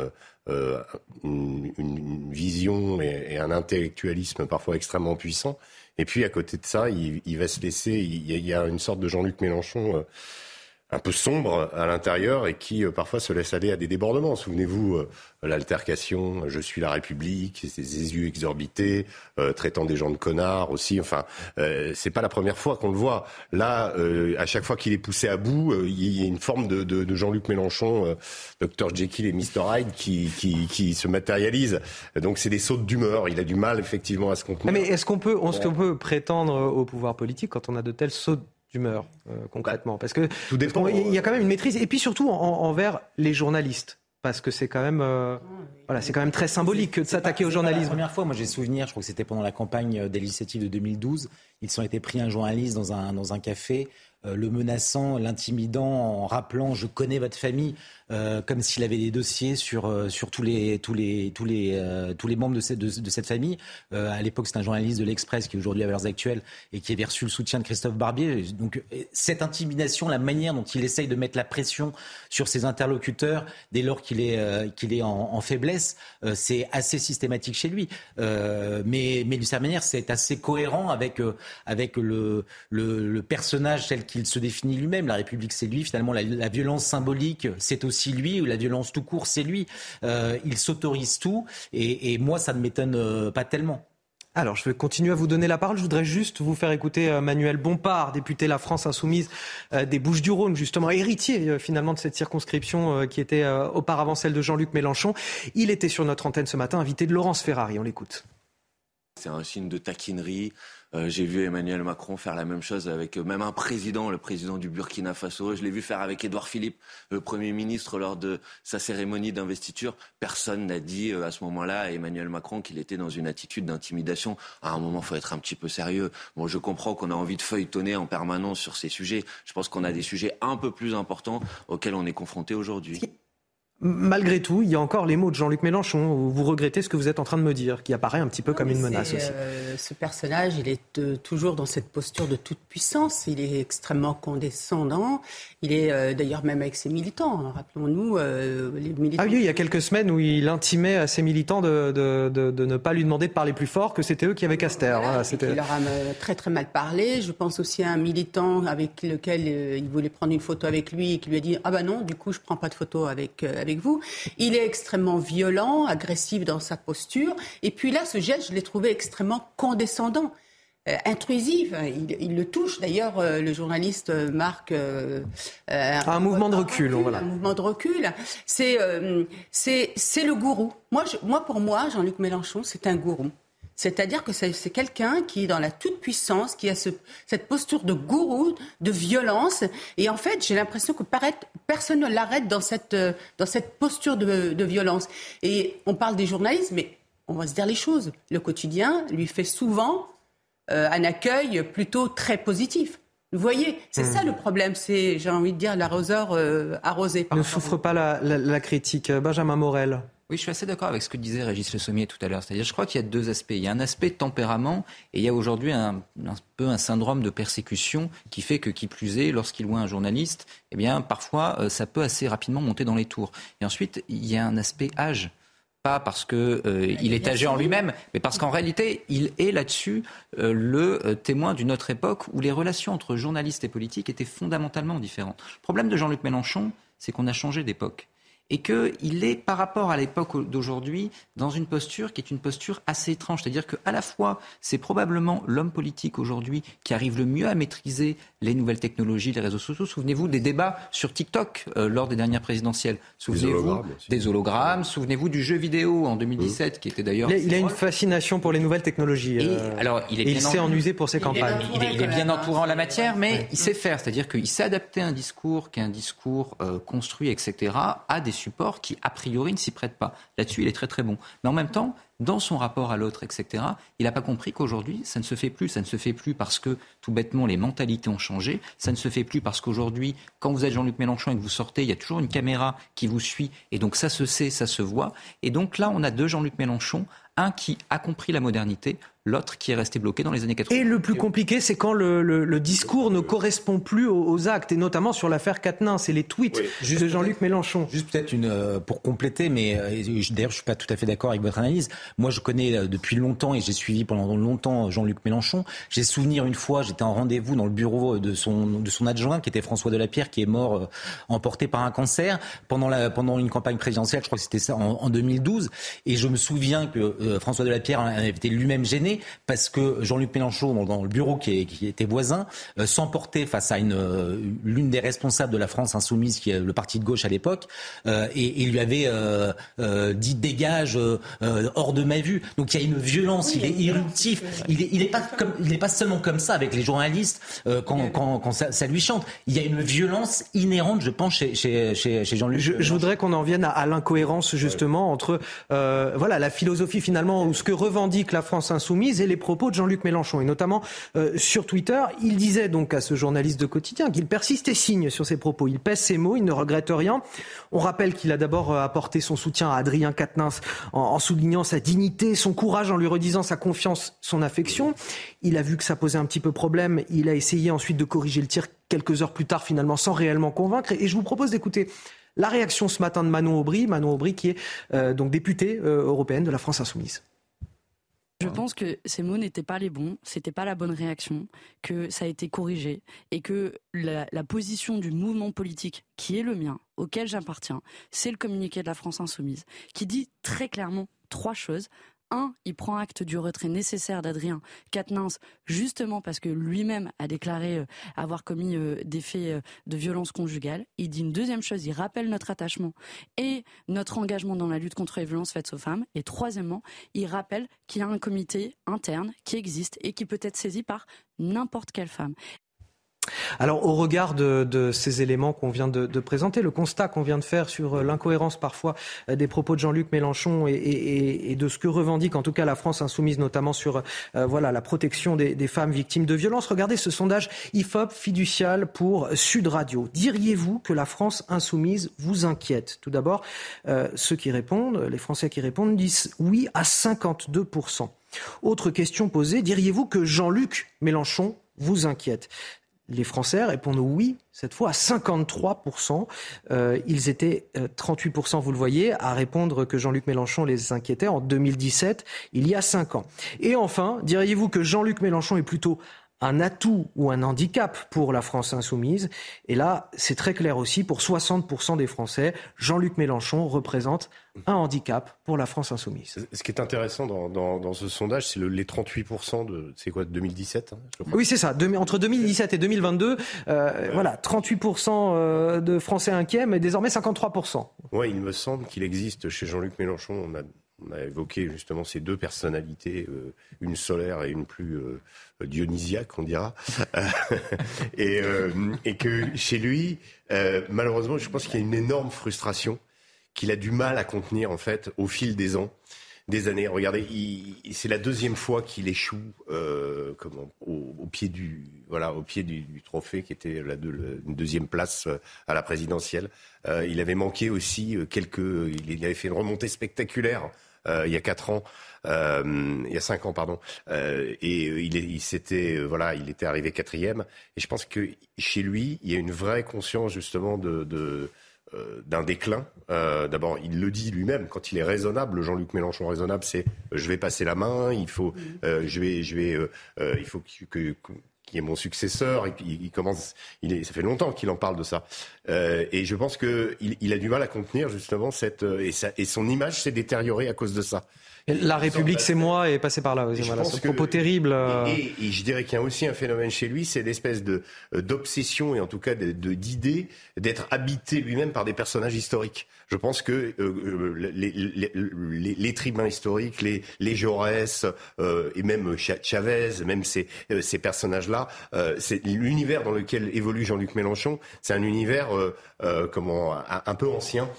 une vision et un intellectualisme parfois extrêmement puissant. Et puis à côté de ça, il va se laisser... Il y a une sorte de Jean-Luc Mélenchon un peu sombre à l'intérieur et qui parfois se laisse aller à des débordements. Souvenez-vous, l'altercation « Je suis la République », ses yeux exorbités, traitant des gens de connards aussi. Enfin, c'est pas la première fois qu'on le voit. Là, à chaque fois qu'il est poussé à bout, il y a une forme de Jean-Luc Mélenchon, Dr Jekyll et Mr Hyde qui se matérialise. Donc c'est des sautes d'humeur. Il a du mal effectivement à se contenir. Mais est-ce qu'on peut prétendre au pouvoir politique quand on a de telles sautes d'humeur concrètement, parce que tout dépend. Il y a quand même une maîtrise, et puis surtout envers les journalistes, parce que c'est quand même c'est quand même très symbolique de s'attaquer au journalisme. La première fois, moi j'ai souvenir, je crois que c'était pendant la campagne des législatives de 2012, ils ont été pris un journaliste dans un café, le menaçant, l'intimidant, en rappelant « je connais votre famille », comme s'il avait des dossiers sur tous les membres de cette famille. À l'époque, c'est un journaliste de l'Express qui est aujourd'hui à Valeurs Actuelles et qui avait reçu le soutien de Christophe Barbier. Donc cette intimidation, la manière dont il essaye de mettre la pression sur ses interlocuteurs dès lors qu'il est en faiblesse, c'est assez systématique chez lui. Mais d'une certaine manière, c'est assez cohérent avec le personnage tel qu'il se définit lui-même. La République, c'est lui. Finalement, la violence symbolique, c'est aussi lui, ou la violence tout court, c'est lui. Il s'autorise tout, et moi, ça ne m'étonne pas tellement. Alors, je vais continuer à vous donner la parole. Je voudrais juste vous faire écouter Manuel Bompard, député La France Insoumise des Bouches-du-Rhône, justement héritier finalement de cette circonscription qui était auparavant celle de Jean-Luc Mélenchon. Il était sur notre antenne ce matin, invité de Laurence Ferrari. On l'écoute. C'est un signe de taquinerie. J'ai vu Emmanuel Macron faire la même chose avec même un président, le président du Burkina Faso. Je l'ai vu faire avec Édouard Philippe, le Premier ministre, lors de sa cérémonie d'investiture. Personne n'a dit à ce moment-là à Emmanuel Macron qu'il était dans une attitude d'intimidation. À un moment, il faut être un petit peu sérieux. Bon, je comprends qu'on a envie de feuilletonner en permanence sur ces sujets. Je pense qu'on a des sujets un peu plus importants auxquels on est confronté aujourd'hui. Malgré tout, il y a encore les mots de Jean-Luc Mélenchon. Vous regrettez ce que vous êtes en train de me dire, qui apparaît un petit peu comme une menace aussi. Ce personnage, il est toujours dans cette posture de toute puissance. Il est extrêmement condescendant. Il est d'ailleurs même avec ses militants. Rappelons-nous les militants. Ah oui, il y a quelques semaines où il intimait à ses militants de ne pas lui demander de parler plus fort, que c'était eux qui avaient Caster. Voilà, il leur a très très mal parlé. Je pense aussi à un militant avec lequel il voulait prendre une photo avec lui et qui lui a dit « Ah bah non, du coup je prends pas de photo avec vous ». Il est extrêmement violent, agressif dans sa posture. Et puis là, ce geste, je l'ai trouvé extrêmement condescendant, intrusif. Il le touche. D'ailleurs, le journaliste marque un mouvement de recul. Un mouvement de recul. C'est le gourou. Pour moi, Jean-Luc Mélenchon, c'est un gourou. C'est-à-dire que c'est quelqu'un qui est dans la toute-puissance, qui a cette posture de gourou, de violence. Et en fait, j'ai l'impression que personne ne l'arrête dans cette posture de violence. Et on parle des journalistes, mais on va se dire les choses. Le quotidien lui fait souvent un accueil plutôt très positif. Vous voyez, c'est ça le problème. C'est, j'ai envie de dire, l'arroseur arrosé. Ne souffre pas la critique. Benjamin Morel. Oui, je suis assez d'accord avec ce que disait Régis Le Sommier tout à l'heure. C'est-à-dire, je crois qu'il y a deux aspects. Il y a un aspect de tempérament et il y a aujourd'hui un peu un syndrome de persécution qui fait que, qui plus est, lorsqu'il voit un journaliste, eh bien, parfois, ça peut assez rapidement monter dans les tours. Et ensuite, il y a un aspect âge. Pas parce qu'il est âgé en lui-même, mais parce qu'en réalité, il est là-dessus le témoin d'une autre époque où les relations entre journalistes et politiques étaient fondamentalement différentes. Le problème de Jean-Luc Mélenchon, c'est qu'on a changé d'époque. Et qu'il est, par rapport à l'époque d'aujourd'hui, dans une posture qui est une posture assez étrange. C'est-à-dire qu'à la fois, c'est probablement l'homme politique aujourd'hui qui arrive le mieux à maîtriser les nouvelles technologies, les réseaux sociaux. Souvenez-vous des débats sur TikTok lors des dernières présidentielles. Souvenez-vous des hologrammes. Souvenez-vous du jeu vidéo en 2017, qui était d'ailleurs... Il a une fascination pour les nouvelles technologies. Alors, il sait en user pour ses campagnes. Il est bien entouré en la matière, mais il sait faire. C'est-à-dire qu'il sait adapter un discours qui est un discours construit, etc., à des supports qui, a priori, ne s'y prêtent pas. Là-dessus, il est très très bon. Mais en même temps, dans son rapport à l'autre, etc., il n'a pas compris qu'aujourd'hui, ça ne se fait plus. Ça ne se fait plus parce que, tout bêtement, les mentalités ont changé. Ça ne se fait plus parce qu'aujourd'hui, quand vous êtes Jean-Luc Mélenchon et que vous sortez, il y a toujours une caméra qui vous suit. Et donc, ça se sait, ça se voit. Et donc là, on a deux Jean-Luc Mélenchon. Un qui a compris la modernité, l'autre qui est resté bloqué dans les années 80. Et le plus compliqué, c'est quand le discours ne correspond plus aux actes, et notamment sur l'affaire Quatennens, c'est les tweets de Jean-Luc Mélenchon. Juste peut-être pour compléter, mais d'ailleurs je ne suis pas tout à fait d'accord avec votre analyse. Moi je connais depuis longtemps et j'ai suivi pendant longtemps Jean-Luc Mélenchon. J'ai souvenir une fois, j'étais en rendez-vous dans le bureau de son adjoint, qui était François Delapierre, qui est mort emporté par un cancer pendant une campagne présidentielle, je crois que c'était ça, en 2012. Et je me souviens que François Delapierre avait été lui-même gêné parce que Jean-Luc Mélenchon, dans le bureau qui était voisin, s'emportait face à l'une des responsables de la France Insoumise, qui est le parti de gauche à l'époque, et il lui avait dit dégage hors de ma vue. Donc il y a une violence, il est irruptif. Il est pas seulement comme ça avec les journalistes quand ça lui chante. Il y a une violence inhérente, je pense, chez Jean-Luc. Je voudrais qu'on en vienne à l'incohérence justement entre la philosophie finalement, ou ce que revendique la France Insoumise et les propos de Jean-Luc Mélenchon. Et notamment sur Twitter, il disait donc à ce journaliste de quotidien qu'il persiste et signe sur ses propos. Il pèse ses mots, il ne regrette rien. On rappelle qu'il a d'abord apporté son soutien à Adrien Quatennens en soulignant sa dignité, son courage, en lui redisant sa confiance, son affection. Il a vu que ça posait un petit peu problème. Il a essayé ensuite de corriger le tir quelques heures plus tard, finalement, sans réellement convaincre. Et je vous propose d'écouter la réaction ce matin de Manon Aubry qui est donc députée européenne de la France Insoumise. Je pense que ces mots n'étaient pas les bons, c'était pas la bonne réaction, que ça a été corrigé et que la position du mouvement politique qui est le mien, auquel j'appartiens, c'est le communiqué de la France Insoumise, qui dit très clairement 3 choses. il prend acte du retrait nécessaire d'Adrien Quatennens, justement parce que lui-même a déclaré avoir commis des faits de violence conjugale. Il dit une deuxième chose, il rappelle notre attachement et notre engagement dans la lutte contre les violences faites aux femmes. Et troisièmement, il rappelle qu'il y a un comité interne qui existe et qui peut être saisi par n'importe quelle femme. Alors, au regard de ces éléments qu'on vient de présenter, le constat qu'on vient de faire sur l'incohérence parfois des propos de Jean-Luc Mélenchon et de ce que revendique en tout cas la France insoumise, notamment sur la protection des femmes victimes de violences. Regardez ce sondage IFOP fiducial pour Sud Radio. Diriez-vous que la France insoumise vous inquiète ? Tout d'abord, ceux qui répondent, les Français qui répondent, disent oui à 52%. Autre question posée, diriez-vous que Jean-Luc Mélenchon vous inquiète ? Les Français répondent oui, cette fois à 53%. Ils étaient 38%, vous le voyez, à répondre que Jean-Luc Mélenchon les inquiétait en 2017, il y a 5 ans. Et enfin, diriez-vous que Jean-Luc Mélenchon est plutôt un atout ou un handicap pour la France insoumise ? Et là, c'est très clair aussi, pour 60% des Français, Jean-Luc Mélenchon représente un handicap pour la France insoumise. Ce qui est intéressant dans ce sondage, c'est les 38% de 2017 je crois. Oui, c'est ça. Entre 2017 et 2022, 38% de Français inquiets, mais désormais 53%. Oui, il me semble qu'il existe chez Jean-Luc Mélenchon, on a évoqué justement ces deux personnalités, une solaire et une plus dionysiaque, on dira. et que chez lui, malheureusement, je pense qu'il y a une énorme frustration qu'il a du mal à contenir en fait au fil des ans, des années. Regardez, c'est la deuxième fois qu'il échoue au pied du trophée qui était une deuxième place à la présidentielle. Il avait manqué aussi il avait fait une remontée spectaculaire il y a 4 ans. Il y a 5 ans, pardon, et il était arrivé 4e. Et je pense que chez lui, il y a une vraie conscience justement d'un déclin. D'abord, il le dit lui-même quand il est raisonnable. Jean-Luc Mélenchon raisonnable, c'est je vais passer la main. Il faut, il faut qu'il y ait mon successeur. Et puis ça fait longtemps qu'il en parle de ça. Et je pense que il a du mal à contenir justement et son image s'est détériorée à cause de ça. La République, c'est moi, est passé par là. Voilà, ce propos terrible. Et je dirais qu'il y a aussi un phénomène chez lui, c'est l'espèce d'obsession et en tout cas d'idée d'être habité lui-même par des personnages historiques. Je pense que les tribuns historiques, les Jaurès et même Chavez, même ces personnages-là, c'est l'univers dans lequel évolue Jean-Luc Mélenchon. C'est un univers un peu ancien.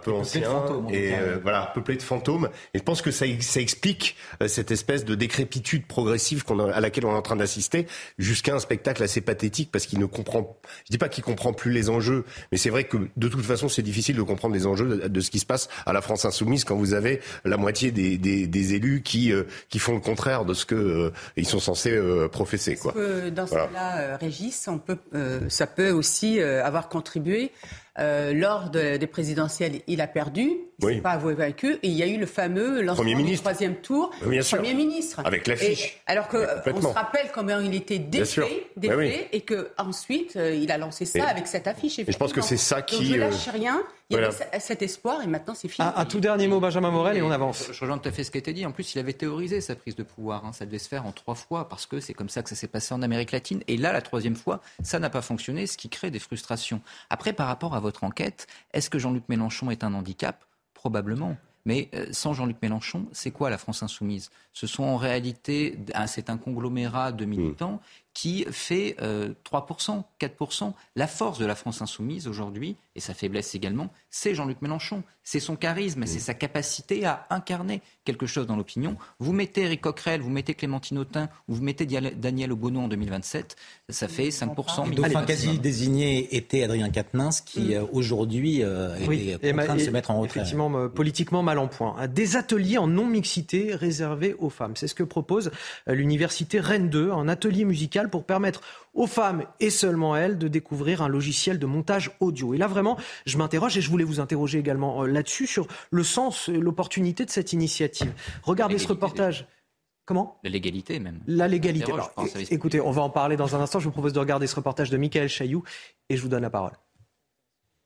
Peuplé de fantômes. Et je pense que ça explique cette espèce de décrépitude progressive à laquelle on est en train d'assister, jusqu'à un spectacle assez pathétique, parce qu'il ne comprend, je dis pas qu'il comprend plus les enjeux, mais c'est vrai que de toute façon c'est difficile de comprendre les enjeux de ce qui se passe à la France insoumise quand vous avez la moitié des élus qui font le contraire de ce que ils sont censés professer, quoi. Dans ce cas-là, Régis, ça peut aussi avoir contribué. Lors des présidentielles, il a perdu, il ne s'est pas avoué vaincu, et il y a eu le fameux lancement du troisième tour, Premier ministre. Avec l'affiche. Alors qu'on se rappelle comment il était défait, et qu'ensuite, il a lancé ça avec cette affiche. Et je pense que c'est ça qui... Donc je ne lâche rien, il y avait cet espoir, et maintenant c'est fini. Un tout dernier mot, Benjamin Morel, et on avance. Je rejoins tout à fait ce qui a été dit. En plus, il avait théorisé sa prise de pouvoir. Ça devait se faire en 3 fois, parce que c'est comme ça que ça s'est passé en Amérique latine. Et là, la 3e fois, ça n'a pas fonctionné, ce qui crée des frustrations. Après, par rapport à votre enquête, est-ce que Jean-Luc Mélenchon est un handicap ? Probablement. Mais sans Jean-Luc Mélenchon, c'est quoi la France insoumise ? Ce sont en réalité, c'est un conglomérat de militants qui fait 3%, 4%. La force de la France insoumise aujourd'hui, et sa faiblesse également, c'est Jean-Luc Mélenchon. C'est son charisme, c'est sa capacité à incarner quelque chose dans l'opinion. Vous mettez Éric Coquerel, vous mettez Clémentine Autain, ou vous mettez Daniel Obono en 2027, ça fait 5%. Le dauphin quasi désigné était Adrien Quatennens, qui aujourd'hui est contraint de se mettre en retrait. Effectivement, politiquement mal en point. Des ateliers en non-mixité réservés aux femmes. C'est ce que propose l'université Rennes 2, un atelier musical pour permettre aux femmes, et seulement elles, de découvrir un logiciel de montage audio. Et là, vraiment, je m'interroge, et je voulais vous interroger également là-dessus, sur le sens et l'opportunité de cette initiative. Regardez ce reportage. Comment ? La légalité même. La légalité. Alors, écoutez, on va en parler dans un instant. Je vous propose de regarder ce reportage de Michael Chailloux, et je vous donne la parole.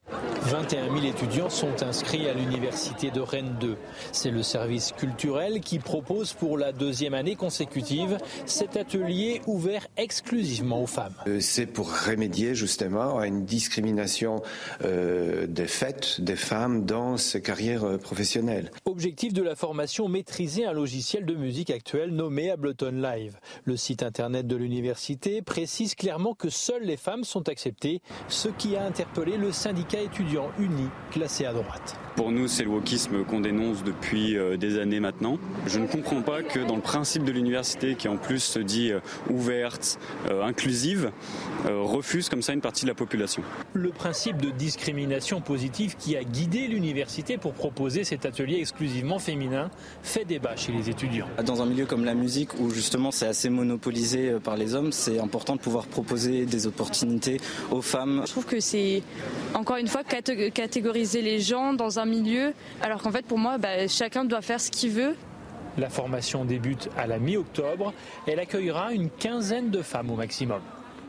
21 000 étudiants sont inscrits à l'université de Rennes 2. C'est le service culturel qui propose pour la 2e année consécutive cet atelier ouvert exclusivement aux femmes. C'est pour remédier justement à une discrimination des faits des femmes dans ces carrières professionnelles. Objectif de la formation, maîtriser un logiciel de musique actuel nommé Ableton Live. Le site internet de l'université précise clairement que seules les femmes sont acceptées, ce qui a interpellé le syndicat étudiant uni classé à droite. Pour nous, c'est le wokisme qu'on dénonce depuis des années maintenant. Je ne comprends pas que dans le principe de l'université, qui en plus se dit ouverte, inclusive, refuse comme ça une partie de la population. Le principe de discrimination positive qui a guidé l'université pour proposer cet atelier exclusivement féminin fait débat chez les étudiants. Dans un milieu comme la musique, où justement c'est assez monopolisé par les hommes, c'est important de pouvoir proposer des opportunités aux femmes. Je trouve que c'est, encore une fois, catégoriser les gens dans un milieu, alors qu'en fait pour moi chacun doit faire ce qu'il veut. La formation débute à la mi-octobre. Elle accueillera une quinzaine de femmes au maximum.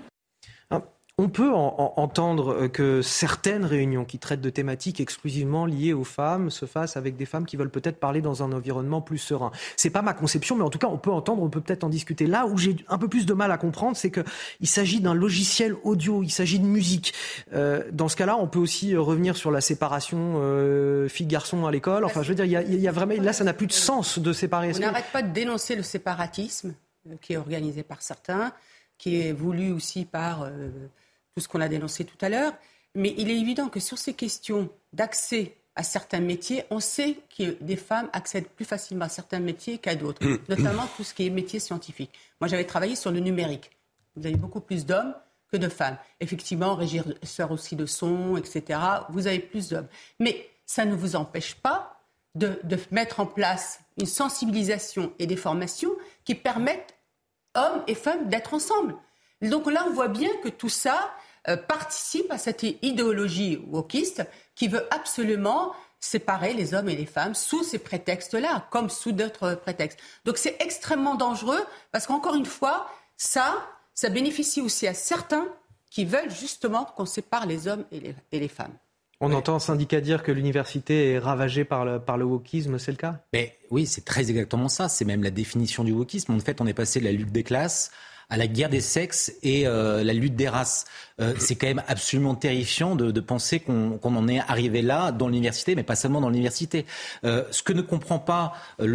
On peut entendre que certaines réunions qui traitent de thématiques exclusivement liées aux femmes se fassent avec des femmes qui veulent peut-être parler dans un environnement plus serein. C'est pas ma conception, mais en tout cas, on peut peut-être en discuter. Là où j'ai un peu plus de mal à comprendre, c'est qu'il s'agit d'un logiciel audio, il s'agit de musique. Dans ce cas-là, on peut aussi revenir sur la séparation filles-garçons à l'école. Enfin, je veux dire, il y a vraiment, là, ça n'a plus de sens de séparer. On n'arrête pas de dénoncer le séparatisme qui est organisé par certains, qui est voulu aussi par tout ce qu'on a dénoncé tout à l'heure. Mais il est évident que sur ces questions d'accès à certains métiers, on sait que des femmes accèdent plus facilement à certains métiers qu'à d'autres, notamment tout ce qui est métier scientifique. Moi, j'avais travaillé sur le numérique. Vous avez beaucoup plus d'hommes que de femmes. Effectivement, régisseur aussi de son, etc., vous avez plus d'hommes. Mais ça ne vous empêche pas de mettre en place une sensibilisation et des formations qui permettent hommes et femmes d'être ensemble. Donc là, on voit bien que tout ça participe à cette idéologie wokiste qui veut absolument séparer les hommes et les femmes sous ces prétextes-là, comme sous d'autres prétextes. Donc c'est extrêmement dangereux parce qu'encore une fois, ça bénéficie aussi à certains qui veulent justement qu'on sépare les hommes et les femmes. On entend un syndicat dire que l'université est ravagée par le wokisme, c'est le cas ? Mais oui, c'est très exactement ça. C'est même la définition du wokisme. En fait, on est passé de la lutte des classes à la guerre des sexes et la lutte des races. C'est quand même absolument terrifiant de penser qu'on en est arrivé là dans l'université, mais pas seulement dans l'université. Ce que ne comprend pas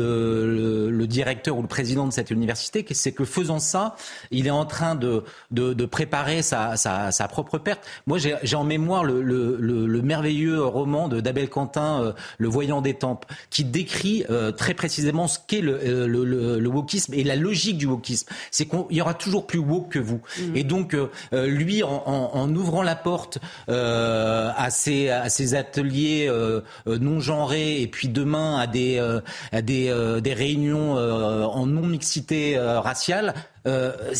le directeur ou le président de cette université, c'est que faisant ça, il est en train de préparer sa propre perte. Moi, j'ai en mémoire le merveilleux roman d'Abel Quentin, Le Voyant des Tempes, qui décrit très précisément ce qu'est le wokisme et la logique du wokisme. C'est qu'il y aura toujours plus woke que vous. Et donc, lui, en ouvrant la porte à ces ateliers non genrés, et puis demain à des réunions en non-mixité raciale, il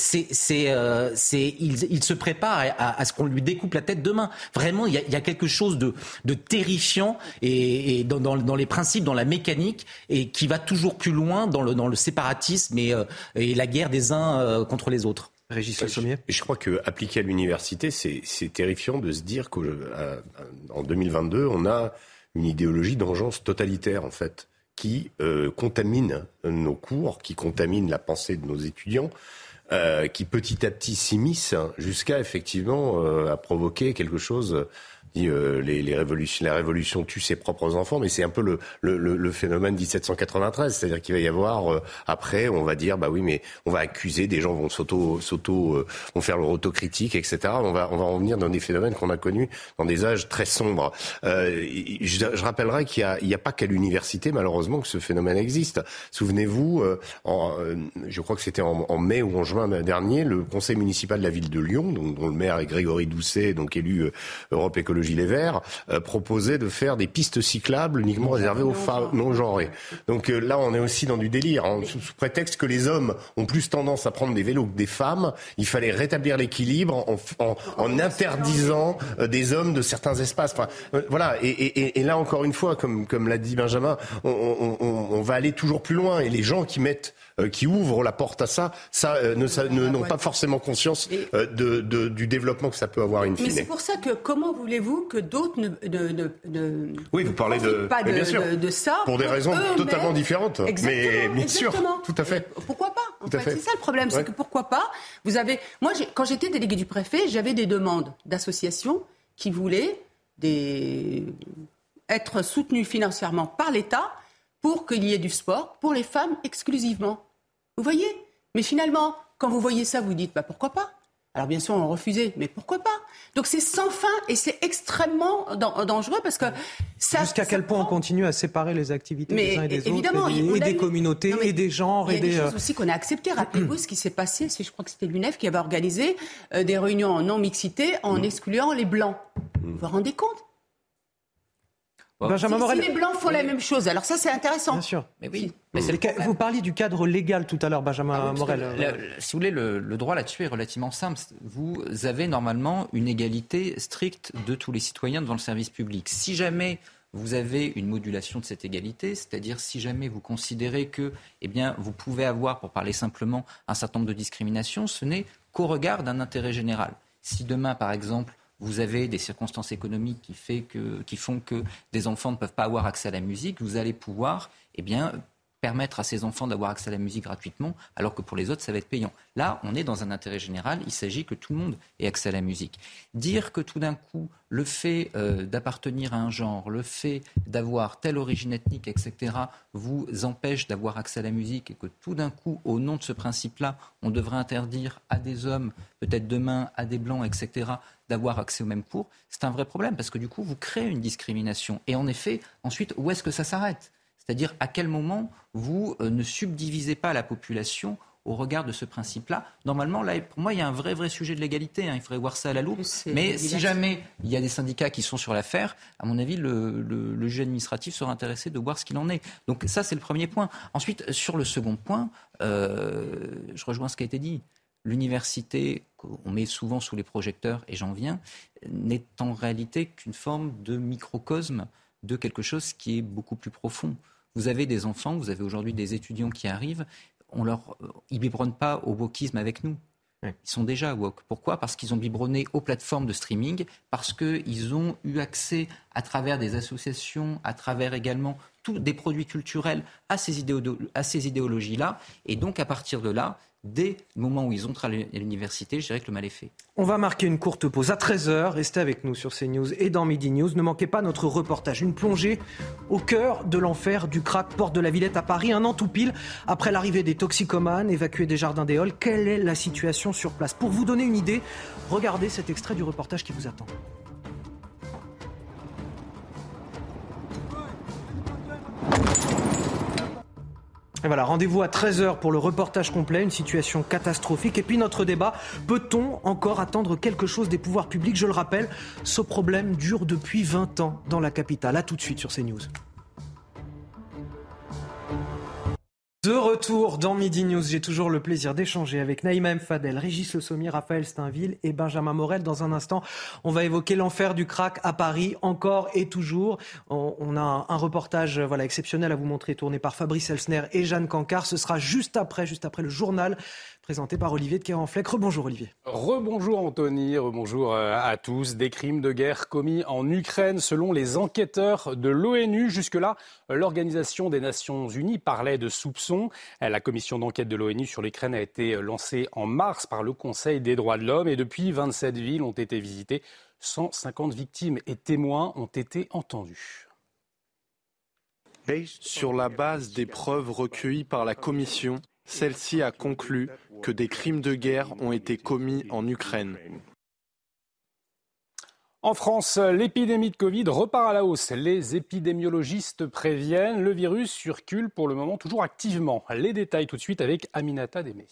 se prépare à ce qu'on lui découpe la tête demain. Vraiment, il y a quelque chose de terrifiant et dans les principes, dans la mécanique, et qui va toujours plus loin dans le séparatisme et la guerre des uns contre les autres. Régis Le Sommier. Je crois qu'appliqué à l'université, c'est terrifiant de se dire qu'en 2022, on a une idéologie d'engeance totalitaire, en fait, qui contamine nos cours, qui contamine la pensée de nos étudiants, qui petit à petit s'immisce jusqu'à effectivement à provoquer quelque chose. La révolution tue ses propres enfants, mais c'est un peu le phénomène 1793, c'est-à-dire qu'il va y avoir après, on va dire bah oui, mais on va accuser, des gens vont vont faire leur autocritique, etc. On va en venir dans des phénomènes qu'on a connus dans des âges très sombres. Je rappellerai qu'il y a pas qu'à l'université malheureusement que ce phénomène existe. Souvenez-vous, je crois que c'était en mai ou en juin dernier, le conseil municipal de la ville de Lyon, dont le maire est Grégory Doucet, donc élu Europe Écologie Les Verts, proposait de faire des pistes cyclables uniquement réservées aux femmes non genrées. Donc là, on est aussi dans du délire. Sous prétexte que les hommes ont plus tendance à prendre des vélos que des femmes, il fallait rétablir l'équilibre en interdisant des hommes de certains espaces. Enfin, voilà. Et là, encore une fois, comme l'a dit Benjamin, on va aller toujours plus loin. Et les gens qui mettent qui ouvrent la porte à ça, n'ont pas forcément conscience du développement que ça peut avoir in fine. Mais c'est pour ça que comment voulez-vous que d'autres oui, vous parlez pas bien sûr, de ça pour des raisons totalement différentes. Mais bien sûr, tout à fait. Pourquoi pas C'est ça le problème, c'est que pourquoi pas. Moi, quand j'étais déléguée du préfet, j'avais des demandes d'associations qui voulaient être soutenues financièrement par l'État pour qu'il y ait du sport pour les femmes exclusivement. Vous voyez ? Mais finalement, quand vous voyez ça, vous dites pourquoi pas ? Alors bien sûr, on refusait, mais pourquoi pas ? Donc c'est sans fin et c'est extrêmement dangereux parce que jusqu'à quel point on continue à séparer les activités des uns et des évidemment, autres, et des communautés, et des genres. Il y a des choses aussi qu'on a acceptées. Rappelez-vous ce qui s'est passé, je crois que c'était l'UNEF qui avait organisé des réunions en non-mixité en excluant les Blancs. Vous vous rendez compte ? Benjamin Morel. Si les Blancs font la même chose, alors ça c'est intéressant. Bien sûr. Mais oui. Vous parliez du cadre légal tout à l'heure, Benjamin Morel. Si vous voulez, le droit là-dessus est relativement simple. Vous avez normalement une égalité stricte de tous les citoyens devant le service public. Si jamais vous avez une modulation de cette égalité, c'est-à-dire si jamais vous considérez que vous pouvez avoir, pour parler simplement, un certain nombre de discriminations, ce n'est qu'au regard d'un intérêt général. Si demain, par exemple, vous avez des circonstances économiques qui font que des enfants ne peuvent pas avoir accès à la musique, vous allez pouvoir permettre à ces enfants d'avoir accès à la musique gratuitement, alors que pour les autres, ça va être payant. Là, on est dans un intérêt général, il s'agit que tout le monde ait accès à la musique. Dire que tout d'un coup, le fait d'appartenir à un genre, le fait d'avoir telle origine ethnique, etc., vous empêche d'avoir accès à la musique et que tout d'un coup, au nom de ce principe-là, on devrait interdire à des hommes, peut-être demain à des blancs, etc., d'avoir accès au même cours, c'est un vrai problème parce que du coup, vous créez une discrimination. Et en effet, ensuite, où est-ce que ça s'arrête ? C'est-à-dire à quel moment vous ne subdivisez pas la population au regard de ce principe-là. Normalement, là, pour moi, il y a un vrai sujet de l'égalité. Il faudrait voir ça à la loupe. Mais si jamais il y a des syndicats qui sont sur l'affaire, à mon avis, le juge administratif sera intéressé de voir ce qu'il en est. Donc ça, c'est le premier point. Ensuite, sur le second point, je rejoins ce qui a été dit. L'université, qu'on met souvent sous les projecteurs, et j'en viens, n'est en réalité qu'une forme de microcosme de quelque chose qui est beaucoup plus profond. Vous avez des enfants, vous avez aujourd'hui des étudiants qui arrivent, ils ne biberonnent pas au wokisme avec nous. Ils sont déjà woke. Pourquoi ? Parce qu'ils ont biberonné aux plateformes de streaming, parce qu'ils ont eu accès à travers des associations, à travers également des produits culturels à ces idéologies-là. Et donc, à partir de là, dès le moment où ils entrent à l'université, je dirais que le mal est fait. On va marquer une courte pause à 13h. Restez avec nous sur CNews et dans Midi News. Ne manquez pas notre reportage. Une plongée au cœur de l'enfer du crack porte de la Villette à Paris. Un an tout pile après l'arrivée des toxicomanes évacués des Jardins des Halles. Quelle est la situation sur place ? Pour vous donner une idée, regardez cet extrait du reportage qui vous attend. Et voilà, rendez-vous à 13h pour le reportage complet, une situation catastrophique. Et puis notre débat, peut-on encore attendre quelque chose des pouvoirs publics ? Je le rappelle, ce problème dure depuis 20 ans dans la capitale. A tout de suite sur CNews. De retour dans Midi News, j'ai toujours le plaisir d'échanger avec Naïma M. Fadel, Régis Le Sommier, Raphaël Steinville et Benjamin Morel. Dans un instant, on va évoquer l'enfer du crack à Paris, encore et toujours. On a un reportage exceptionnel à vous montrer, tourné par Fabrice Elsner et Jeanne Cancard. Ce sera juste après le journal présenté par Olivier de Kéranfleck. Rebonjour Olivier. Rebonjour Anthony, rebonjour à tous. Des crimes de guerre commis en Ukraine selon les enquêteurs de l'ONU. Jusque-là, l'Organisation des Nations Unies parlait de soupçons. La commission d'enquête de l'ONU sur l'Ukraine a été lancée en mars par le Conseil des droits de l'homme et depuis 27 villes ont été visitées. 150 victimes et témoins ont été entendus. Sur la base des preuves recueillies par la commission, celle-ci a conclu que des crimes de guerre ont été commis en Ukraine. En France, l'épidémie de Covid repart à la hausse. Les épidémiologistes préviennent, le virus circule pour le moment toujours activement. Les détails tout de suite avec Aminata Démé.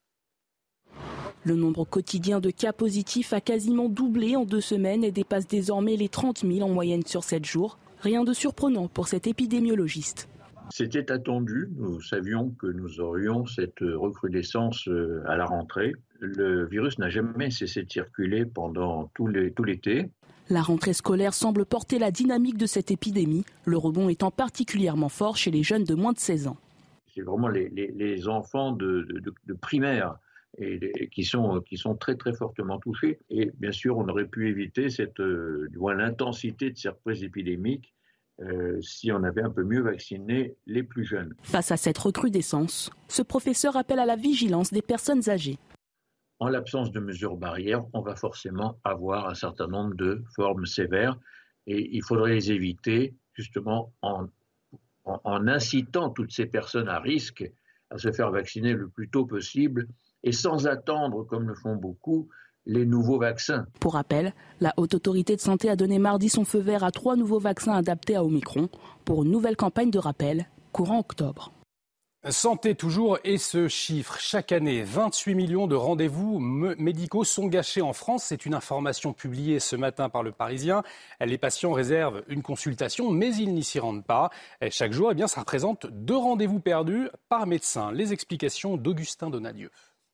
Le nombre quotidien de cas positifs a quasiment doublé en 2 semaines et dépasse désormais les 30 000 en moyenne sur 7 jours. Rien de surprenant pour cet épidémiologiste. C'était attendu, nous savions que nous aurions cette recrudescence à la rentrée. Le virus n'a jamais cessé de circuler pendant tout l'été. La rentrée scolaire semble porter la dynamique de cette épidémie, le rebond étant particulièrement fort chez les jeunes de moins de 16 ans. c'est vraiment les enfants de primaire et qui sont très très fortement touchés. Et bien sûr, on aurait pu éviter l'intensité de cette reprise épidémique si on avait un peu mieux vacciné les plus jeunes. Face à cette recrudescence, ce professeur appelle à la vigilance des personnes âgées. En l'absence de mesures barrières, on va forcément avoir un certain nombre de formes sévères et il faudrait les éviter justement en incitant toutes ces personnes à risque à se faire vacciner le plus tôt possible et sans attendre, comme le font beaucoup, les nouveaux vaccins. Pour rappel, la Haute Autorité de Santé a donné mardi son feu vert à 3 nouveaux vaccins adaptés à Omicron pour une nouvelle campagne de rappel courant octobre. Santé toujours et ce chiffre. Chaque année, 28 millions de rendez-vous médicaux sont gâchés en France. C'est une information publiée ce matin par Le Parisien. Les patients réservent une consultation, mais ils n'y s'y rendent pas. Et chaque jour, ça représente 2 rendez-vous perdus par médecin. Les explications d'Augustin Donadieu.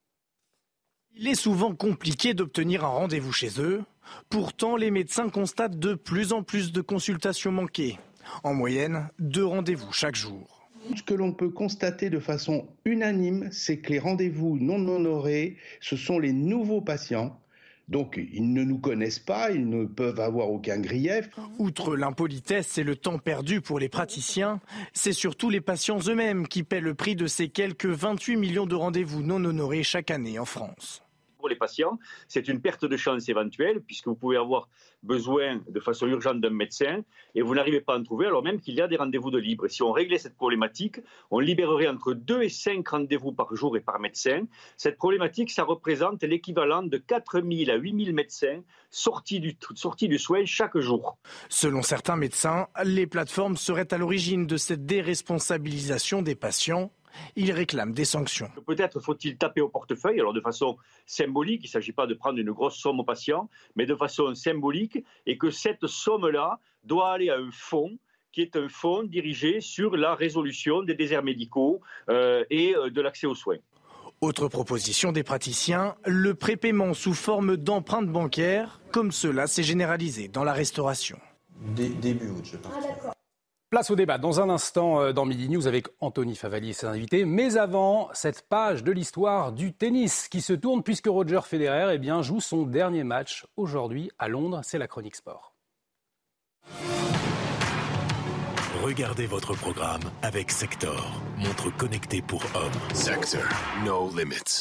Il est souvent compliqué d'obtenir un rendez-vous chez eux. Pourtant, les médecins constatent de plus en plus de consultations manquées. En moyenne, 2 rendez-vous chaque jour. Ce que l'on peut constater de façon unanime, c'est que les rendez-vous non honorés, ce sont les nouveaux patients. Donc, ils ne nous connaissent pas, ils ne peuvent avoir aucun grief. Outre l'impolitesse et le temps perdu pour les praticiens, c'est surtout les patients eux-mêmes qui paient le prix de ces quelques 28 millions de rendez-vous non honorés chaque année en France. Pour les patients, c'est une perte de chance éventuelle puisque vous pouvez avoir besoin de façon urgente d'un médecin et vous n'arrivez pas à en trouver alors même qu'il y a des rendez-vous de libre. Et si on réglait cette problématique, on libérerait entre 2 et 5 rendez-vous par jour et par médecin. Cette problématique, ça représente l'équivalent de 4 000 à 8 000 médecins sortis du soin chaque jour. Selon certains médecins, les plateformes seraient à l'origine de cette déresponsabilisation des patients. Ils réclament des sanctions. Peut-être faut-il taper au portefeuille, alors de façon symbolique, il ne s'agit pas de prendre une grosse somme aux patients, mais de façon symbolique, et que cette somme-là doit aller à un fonds qui est un fonds dirigé sur la résolution des déserts médicaux et de l'accès aux soins. Autre proposition des praticiens, le prépaiement sous forme d'empreintes bancaires, comme cela s'est généralisé dans la restauration. Début août, je pense. Place au débat dans un instant dans Midi News avec Anthony Favali et ses invités. Mais avant, cette page de l'histoire du tennis qui se tourne puisque Roger Federer joue son dernier match aujourd'hui à Londres. C'est la chronique sport. Regardez votre programme avec Sector, montre connectée pour hommes. Sector, no limits.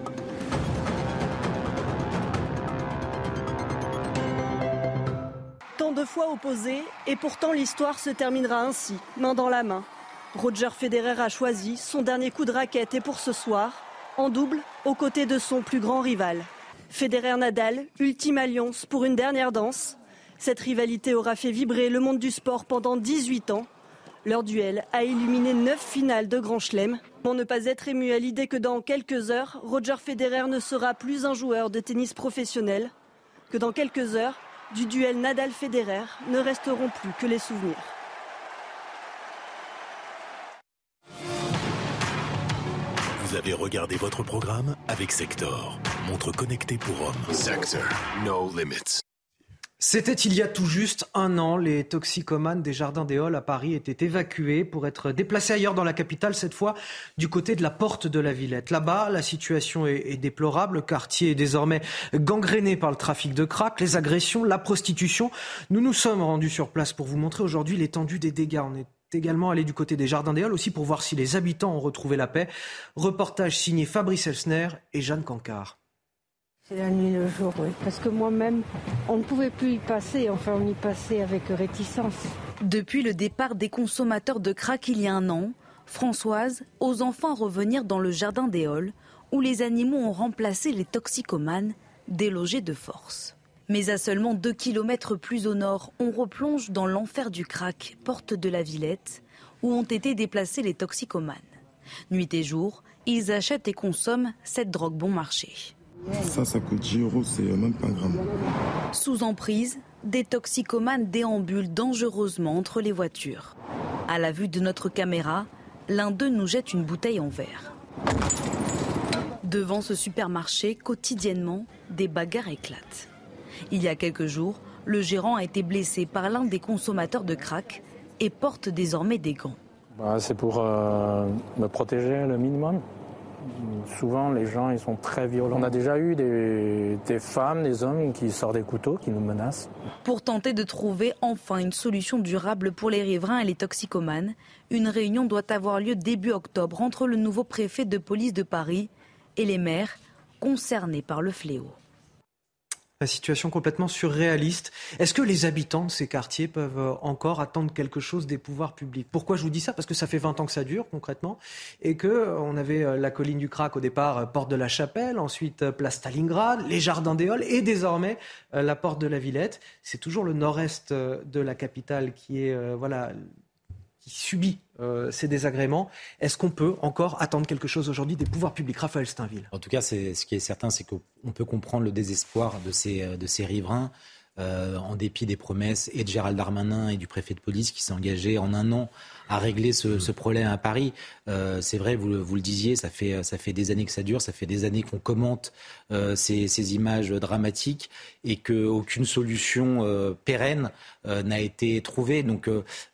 Tant de fois opposés, et pourtant l'histoire se terminera ainsi, main dans la main. Roger Federer a choisi son dernier coup de raquette et pour ce soir, en double, aux côtés de son plus grand rival. Federer-Nadal, ultime alliance pour une dernière danse. Cette rivalité aura fait vibrer le monde du sport pendant 18 ans. Leur duel a illuminé 9 finales de Grand Chelem. Pour ne pas être ému à l'idée que dans quelques heures, Roger Federer ne sera plus un joueur de tennis professionnel. Que dans quelques heures, du duel Nadal-Federer ne resteront plus que les souvenirs. Vous avez regardé votre programme avec Sector, montre connectée pour hommes. Sector, no limits. C'était il y a tout juste 1 an. Les toxicomanes des Jardins des Halles à Paris étaient évacués pour être déplacés ailleurs dans la capitale, cette fois du côté de la porte de la Villette. Là-bas, la situation est déplorable. Le quartier est désormais gangréné par le trafic de crack, les agressions, la prostitution. Nous nous sommes rendus sur place pour vous montrer aujourd'hui l'étendue des dégâts. On est également allé du côté des Jardins des Halles aussi pour voir si les habitants ont retrouvé la paix. Reportage signé Fabrice Elsner et Jeanne Cancard. C'est la nuit et le jour, oui. Parce que moi-même, on ne pouvait plus y passer. Enfin, on y passait avec réticence. Depuis le départ des consommateurs de crack il y a 1 an, Françoise ose enfin revenir dans le Jardin des Halles, où les animaux ont remplacé les toxicomanes, délogés de force. Mais à seulement 2 kilomètres plus au nord, on replonge dans l'enfer du crack, porte de la Villette, où ont été déplacés les toxicomanes. Nuit et jour, ils achètent et consomment cette drogue bon marché. Ça coûte 10 €, c'est même pas un gramme. Sous emprise, des toxicomanes déambulent dangereusement entre les voitures. À la vue de notre caméra, l'un d'eux nous jette une bouteille en verre. Devant ce supermarché, quotidiennement, des bagarres éclatent. Il y a quelques jours, le gérant a été blessé par l'un des consommateurs de crack et porte désormais des gants. C'est pour me protéger le minimum. Souvent, les gens, ils sont très violents. On a déjà eu des femmes, des hommes qui sortent des couteaux, qui nous menacent. Pour tenter de trouver enfin une solution durable pour les riverains et les toxicomanes, une réunion doit avoir lieu début octobre entre le nouveau préfet de police de Paris et les maires concernés par le fléau. La situation complètement surréaliste. Est-ce que les habitants de ces quartiers peuvent encore attendre quelque chose des pouvoirs publics ? Pourquoi je vous dis ça ? Parce que ça fait 20 ans que ça dure concrètement et qu'on avait la colline du Crac au départ, porte de la Chapelle, ensuite place Stalingrad, les jardins des Halles et désormais la porte de la Villette. C'est toujours le nord-est de la capitale qui est qui subit ces désagréments. Est-ce qu'on peut encore attendre quelque chose aujourd'hui des pouvoirs publics ? Raphaël Steinville. En tout cas, ce qui est certain, c'est qu'on peut comprendre le désespoir de ces riverains, en dépit des promesses et de Gérald Darmanin et du préfet de police qui s'est engagé en un an à régler ce problème à Paris. C'est vrai, vous le disiez, ça fait des années que ça dure, ça fait des années qu'on commente ces images dramatiques et qu'aucune solution pérenne n'a été trouvée. Donc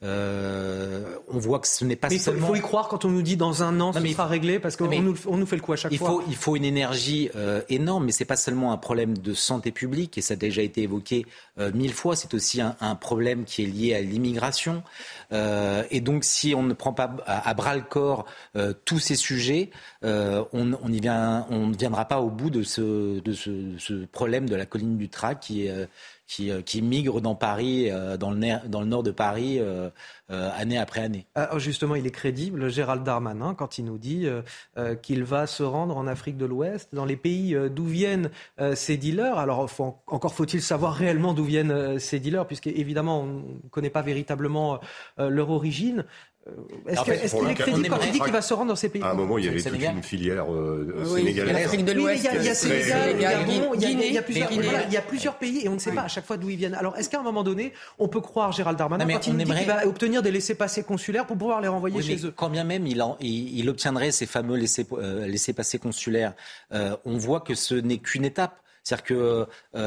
on voit que ce n'est pas seulement... Il faut y croire quand on nous dit dans un an, ça sera réglé, parce qu'on nous fait le coup à chaque fois. Il faut une énergie énorme, mais ce n'est pas seulement un problème de santé publique, et ça a déjà été évoqué 1000 fois, c'est aussi un problème qui est lié à l'immigration. Et donc, si on ne prend pas à bras-le-corps tous ces sujets, on ne viendra pas au bout de ce problème de la colline du Crac qui migre dans Paris, dans le nord de Paris, année après année. Justement, il est crédible, Gérald Darmanin, quand il nous dit qu'il va se rendre en Afrique de l'Ouest, dans les pays d'où viennent ces dealers. Alors, encore faut-il savoir réellement d'où viennent ces dealers, puisqu'évidemment, on ne connaît pas véritablement leur origine. Est-ce qu'il est crédible quand il dit qu'il va se rendre dans ces pays ? À un moment, il y avait toute une filière sénégalaise. L'Afrique de l'Ouest, il y a Sénégal, il y a plusieurs pays et on ne sait pas à chaque fois d'où ils viennent. Alors, est-ce qu'à un moment donné, on peut croire Gérald Darmanin quand il dit qu'il va obtenir des laissez-passer consulaires pour pouvoir les renvoyer chez eux ? Quand bien même il obtiendrait ces fameux laissez-passer consulaires, on voit que ce n'est qu'une étape. C'est-à-dire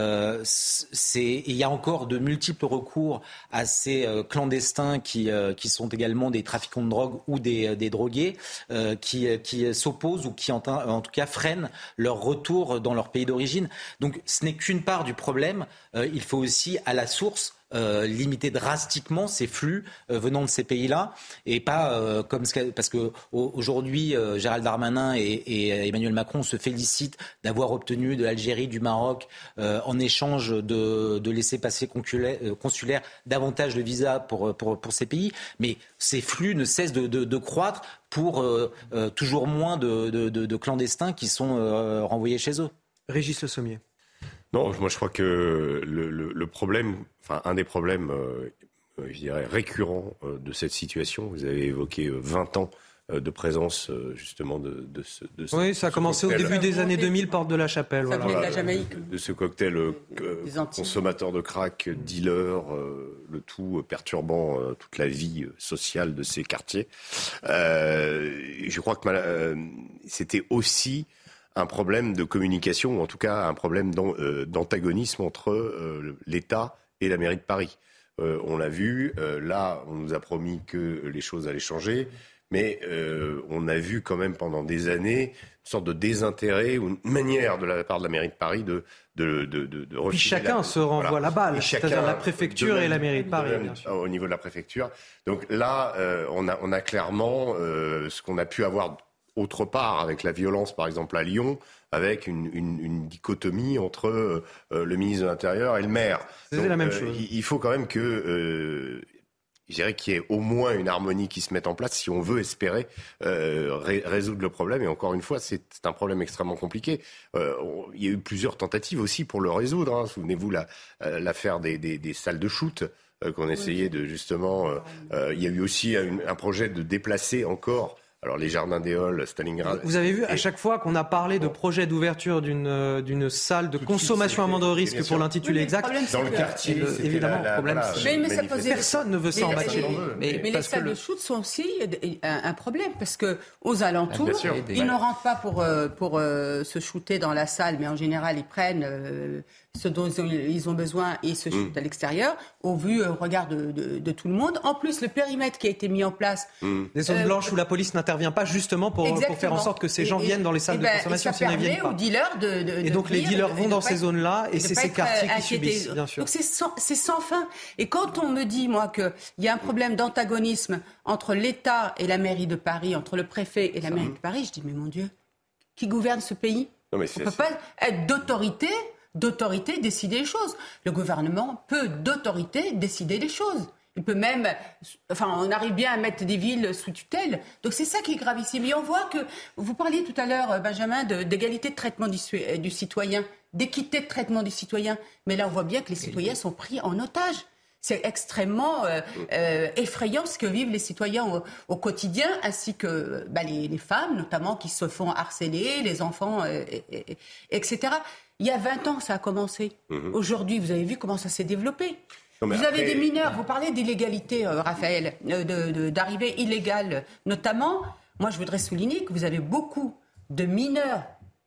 qu'il y a encore de multiples recours à ces clandestins qui sont également des trafiquants de drogue ou des drogués qui s'opposent ou qui en tout cas freinent leur retour dans leur pays d'origine. Donc ce n'est qu'une part du problème. Il faut aussi à la source limiter drastiquement ces flux venant de ces pays-là et pas parce que aujourd'hui Gérald Darmanin et Emmanuel Macron se félicitent d'avoir obtenu de l'Algérie, du Maroc en échange de laissez-passer consulaires davantage de visas pour ces pays, mais ces flux ne cessent de croître pour toujours moins de clandestins qui sont renvoyés chez eux. Régis Le Sommier. Non, moi je crois que le problème, un des problèmes, je dirais, récurrents de cette situation, vous avez évoqué 20 ans de présence justement de ce oui, ça a commencé au début des années 2000, porte de la Chapelle. Ça venait de la Jamaïque. De ce cocktail consommateur de crack, dealer, le tout perturbant toute la vie sociale de ces quartiers. Je crois que c'était aussi un problème de communication, ou en tout cas un problème d'antagonisme entre l'État et la mairie de Paris. On l'a vu, là on nous a promis que les choses allaient changer, mais on a vu quand même pendant des années une sorte de désintérêt ou une manière de la part de la mairie de Paris de refiler. Puis chacun se renvoie la balle, c'est-à-dire la préfecture et la mairie de Paris. Bien sûr. Au niveau de la préfecture. Donc là, on a clairement ce qu'on a pu avoir autre part, avec la violence, par exemple, à Lyon, avec une dichotomie entre le ministre de l'Intérieur et le maire. C'est la même chose. Il faut quand même que, je dirais qu'il y ait au moins une harmonie qui se mette en place si on veut espérer résoudre le problème. Et encore une fois, c'est un problème extrêmement compliqué. Il y a eu plusieurs tentatives aussi pour le résoudre. Hein. Souvenez-vous l'affaire des salles de shoot qu'on essayait de justement... il y a eu aussi un projet de déplacer encore Alors les jardins des Halles, Stalingrad... Vous avez vu, à chaque fois qu'on a parlé de projet d'ouverture d'une salle de consommation à moindre risque pour l'intitulé exact, dans le quartier, évidemment, le problème, personne ne veut ça en bâtir. Mais les salles de shoot sont aussi un problème, parce que aux alentours, ils ne rentrent pas pour se shooter dans la salle, mais en général, ils prennent ce dont ils ont besoin et se shootent à l'extérieur, au regard de tout le monde. En plus, le périmètre qui a été mis en place... Des zones blanches où la police n'intervient pas justement pour faire en sorte que ces gens viennent dans les salles de consommation s'ils ne viennent pas. Aux dealers et donc les dealers vont dans ces zones-là et c'est ces quartiers qui subissent, bien sûr. Donc c'est sans fin. Et quand on me dit, moi, qu'il y a un problème d'antagonisme entre l'État et la mairie de Paris, entre le préfet et la mairie de Paris, je dis, mais mon Dieu, qui gouverne ce pays ? On ne peut pas être d'autorité décider les choses. Le gouvernement peut d'autorité décider les choses. Il peut même... on arrive bien à mettre des villes sous tutelle. Donc c'est ça qui est gravissime. Et on voit que... Vous parliez tout à l'heure, Benjamin, d'égalité de traitement du citoyen, d'équité de traitement du citoyen. Mais là, on voit bien que les citoyens sont pris en otage. C'est extrêmement effrayant ce que vivent les citoyens au quotidien, ainsi que les femmes, notamment, qui se font harceler, les enfants, etc. Il y a 20 ans, ça a commencé. Aujourd'hui, vous avez vu comment ça s'est développé. Vous avez des mineurs, vous parlez d'illégalité, Raphaël, d'arrivée illégale notamment. Moi, je voudrais souligner que vous avez beaucoup de mineurs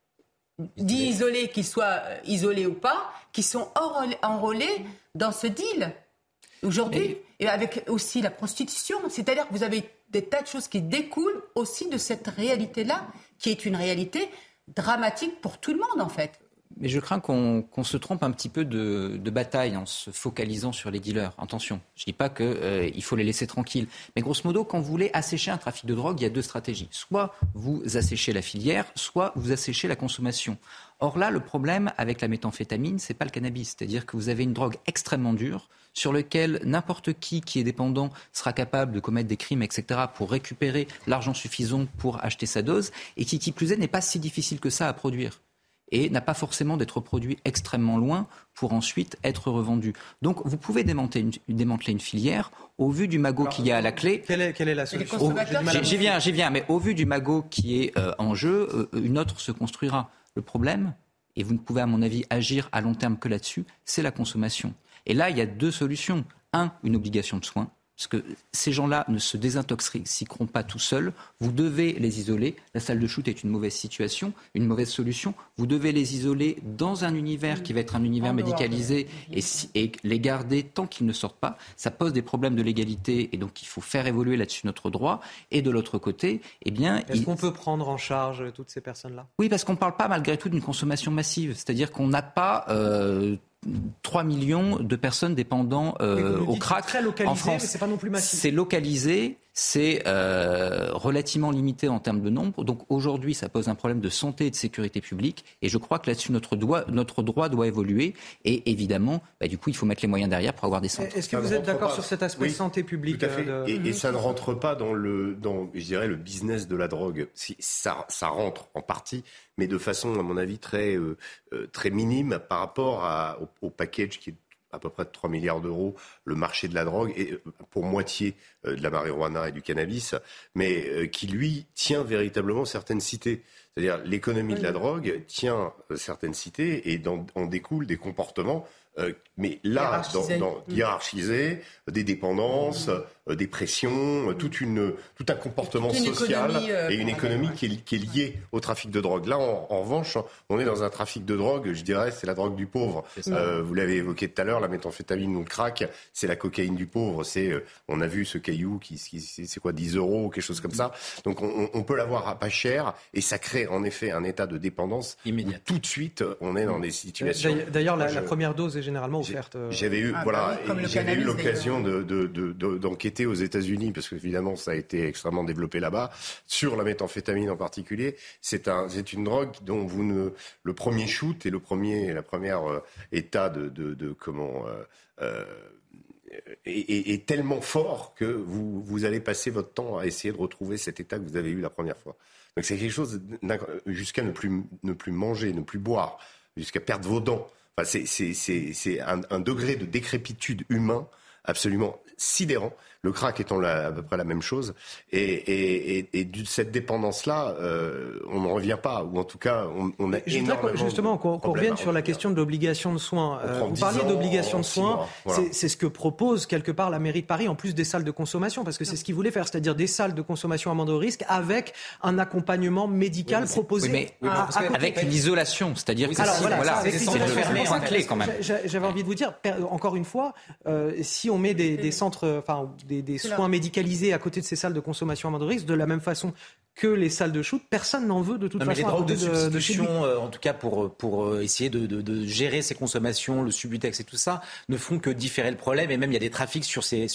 dits isolés, qu'ils soient isolés ou pas, qui sont enrôlés dans ce deal. Aujourd'hui, et avec aussi la prostitution. C'est-à-dire que vous avez des tas de choses qui découlent aussi de cette réalité-là, qui est une réalité dramatique pour tout le monde, en fait. Mais je crains qu'on se trompe un petit peu de bataille en se focalisant sur les dealers. Attention, je ne dis pas qu'il faut les laisser tranquilles. Mais grosso modo, quand vous voulez assécher un trafic de drogue, il y a deux stratégies. Soit vous asséchez la filière, soit vous asséchez la consommation. Or là, le problème avec la méthamphétamine, ce n'est pas le cannabis. C'est-à-dire que vous avez une drogue extrêmement dure sur laquelle n'importe qui est dépendant sera capable de commettre des crimes, etc., pour récupérer l'argent suffisant pour acheter sa dose, et qui plus est, n'est pas si difficile que ça à produire. Et n'a pas forcément d'être produit extrêmement loin pour ensuite être revendu. Donc vous pouvez démanteler une filière au vu du magot qu'il y a à la clé. Quelle est la solution ? J'y viens, mais au vu du magot qui est en jeu, une autre se construira. Le problème, et vous ne pouvez à mon avis agir à long terme que là-dessus, c'est la consommation. Et là, il y a deux solutions. Une obligation de soins. Parce que ces gens-là ne se désintoxiqueront pas tout seuls. Vous devez les isoler. La salle de shoot est une mauvaise situation, une mauvaise solution. Vous devez les isoler dans un univers qui va être un univers médicalisé et les garder tant qu'ils ne sortent pas. Ça pose des problèmes de légalité et donc il faut faire évoluer là-dessus notre droit. Et de l'autre côté, est-ce qu'on peut prendre en charge toutes ces personnes-là ? Oui, parce qu'on ne parle pas malgré tout d'une consommation massive. C'est-à-dire qu'on n'a pas... 3 millions de personnes dépendant au crack en France. Mais c'est pas non plus massif. C'est localisé, c'est relativement limité en termes de nombre. Donc aujourd'hui, ça pose un problème de santé et de sécurité publique. Et je crois que là-dessus, notre droit doit évoluer. Et évidemment, du coup, il faut mettre les moyens derrière pour avoir des centres. Est-ce que vous êtes d'accord sur cet aspect santé publique ? Tout à fait. Et ça ne rentre pas dans je dirais, le business de la drogue. Ça rentre en partie, mais de façon, à mon avis, très minime par rapport au package qui est à peu près de 3 milliards d'euros, le marché de la drogue, et pour moitié de la marijuana et du cannabis, mais qui, lui, tient véritablement certaines cités. C'est-à-dire l'économie de la drogue tient certaines cités et en découlent des comportements mais là, hiérarchisé, des dépendances, des pressions, tout un comportement social et une économie qui est liée au trafic de drogue. Là, en revanche, on est dans un trafic de drogue, je dirais, c'est la drogue du pauvre. Vous l'avez évoqué tout à l'heure, la méthamphétamine ou le crack, c'est la cocaïne du pauvre. On a vu ce caillou c'est quoi, 10 euros ou quelque chose comme ça. Donc on peut l'avoir à pas cher et ça crée en effet un état de dépendance immédiate. Tout de suite, on est dans des situations... D'ailleurs, la première dose est généralement offerte. J'avais eu l'occasion d'enquêter aux États-Unis, parce qu'évidemment ça a été extrêmement développé là-bas, sur la méthamphétamine en particulier. C'est une drogue dont le premier shoot et la première état est tellement fort que vous allez passer votre temps à essayer de retrouver cet état que vous avez eu la première fois. Donc c'est quelque chose jusqu'à ne plus manger, ne plus boire, jusqu'à perdre vos dents. Enfin, c'est un degré de décrépitude humain absolument sidérant. Le crack étant à peu près la même chose. Et de cette dépendance-là, on n'en revient pas. Ou en tout cas, on a je voudrais justement qu'on revienne sur la question de l'obligation de soins. Vous parliez d'obligation de soins. Voilà. C'est ce que propose quelque part la mairie de Paris, en plus des salles de consommation, parce que c'est ce qu'ils voulaient faire, c'est-à-dire des salles de consommation à moindre risque avec un accompagnement médical proposé. Avec une isolation, c'est-à-dire que c'est le point clé quand même. J'avais envie de vous dire, encore une fois, si on met des centres, des soins médicalisés à côté de ces salles de consommation à moindre risque, de la même façon que les salles de shoot, personne n'en veut de toute façon. Les drogues de substitution, en tout cas pour essayer de gérer ces consommations, le Subutex et tout ça, ne font que différer le problème. Et même il y a des trafics sur ces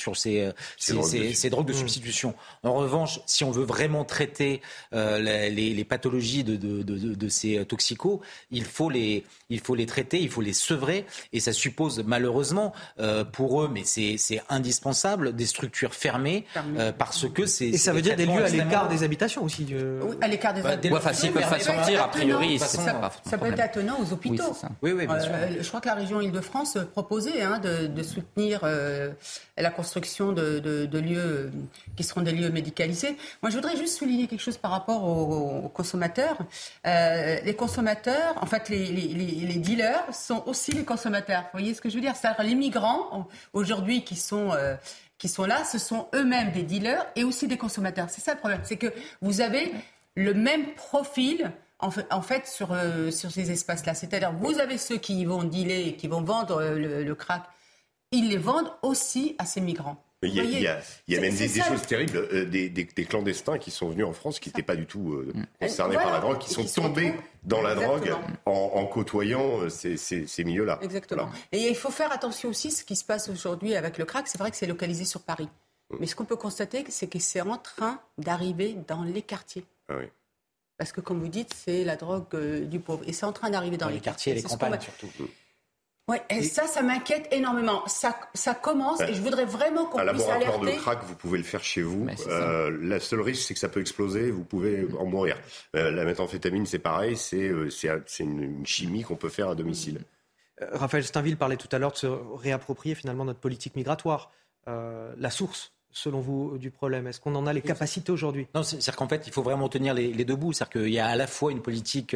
drogues de substitution. En revanche, si on veut vraiment traiter les pathologies de ces toxicos, il faut les traiter, il faut les sevrer. Et ça suppose malheureusement pour eux, mais c'est indispensable, des structures fermées parce que c'est... Et ça veut dire des lieux à l'écart des habitations aussi. Oui, à l'écart des habitations. S'ils peuvent pas sortir, a priori, ça peut être attenant aux hôpitaux. Oui, bien sûr. Je crois que la région Île-de-France proposait de soutenir la construction de lieux qui seront des lieux médicalisés. Moi, je voudrais juste souligner quelque chose par rapport aux consommateurs. Les consommateurs, en fait, les dealers sont aussi les consommateurs. Vous voyez ce que je veux dire ? C'est-à-dire les migrants, aujourd'hui, qui sont là, ce sont eux-mêmes des dealers et aussi des consommateurs. C'est ça le problème, c'est que vous avez le même profil en fait sur ces espaces-là. C'est-à-dire vous avez ceux qui vont dealer et qui vont vendre le crack, ils les vendent aussi à ces migrants. Il y a même des choses terribles, des clandestins qui sont venus en France qui n'étaient pas du tout concernés par la drogue, qui sont tombés dans la drogue en côtoyant ces milieux-là. Exactement. Voilà. Et il faut faire attention aussi à ce qui se passe aujourd'hui avec le crack. C'est vrai que c'est localisé sur Paris. Mais ce qu'on peut constater, c'est que c'est en train d'arriver dans les quartiers. Ah oui. Parce que, comme vous dites, c'est la drogue du pauvre. Et c'est en train d'arriver dans les quartiers. Et les campagnes surtout. Oui, et ça m'inquiète énormément. Ça commence et je voudrais vraiment qu'on puisse alerter. Un laboratoire de crack, vous pouvez le faire chez vous. La seule risque, c'est que ça peut exploser, vous pouvez en mourir. La méthamphétamine, c'est pareil, c'est une chimie qu'on peut faire à domicile. Raphaël Steinville parlait tout à l'heure de se réapproprier finalement notre politique migratoire. La source, selon vous, du problème, est-ce qu'on en a les capacités aujourd'hui ? Non, c'est-à-dire qu'en fait, il faut vraiment tenir les deux bouts. C'est-à-dire qu'il y a à la fois une politique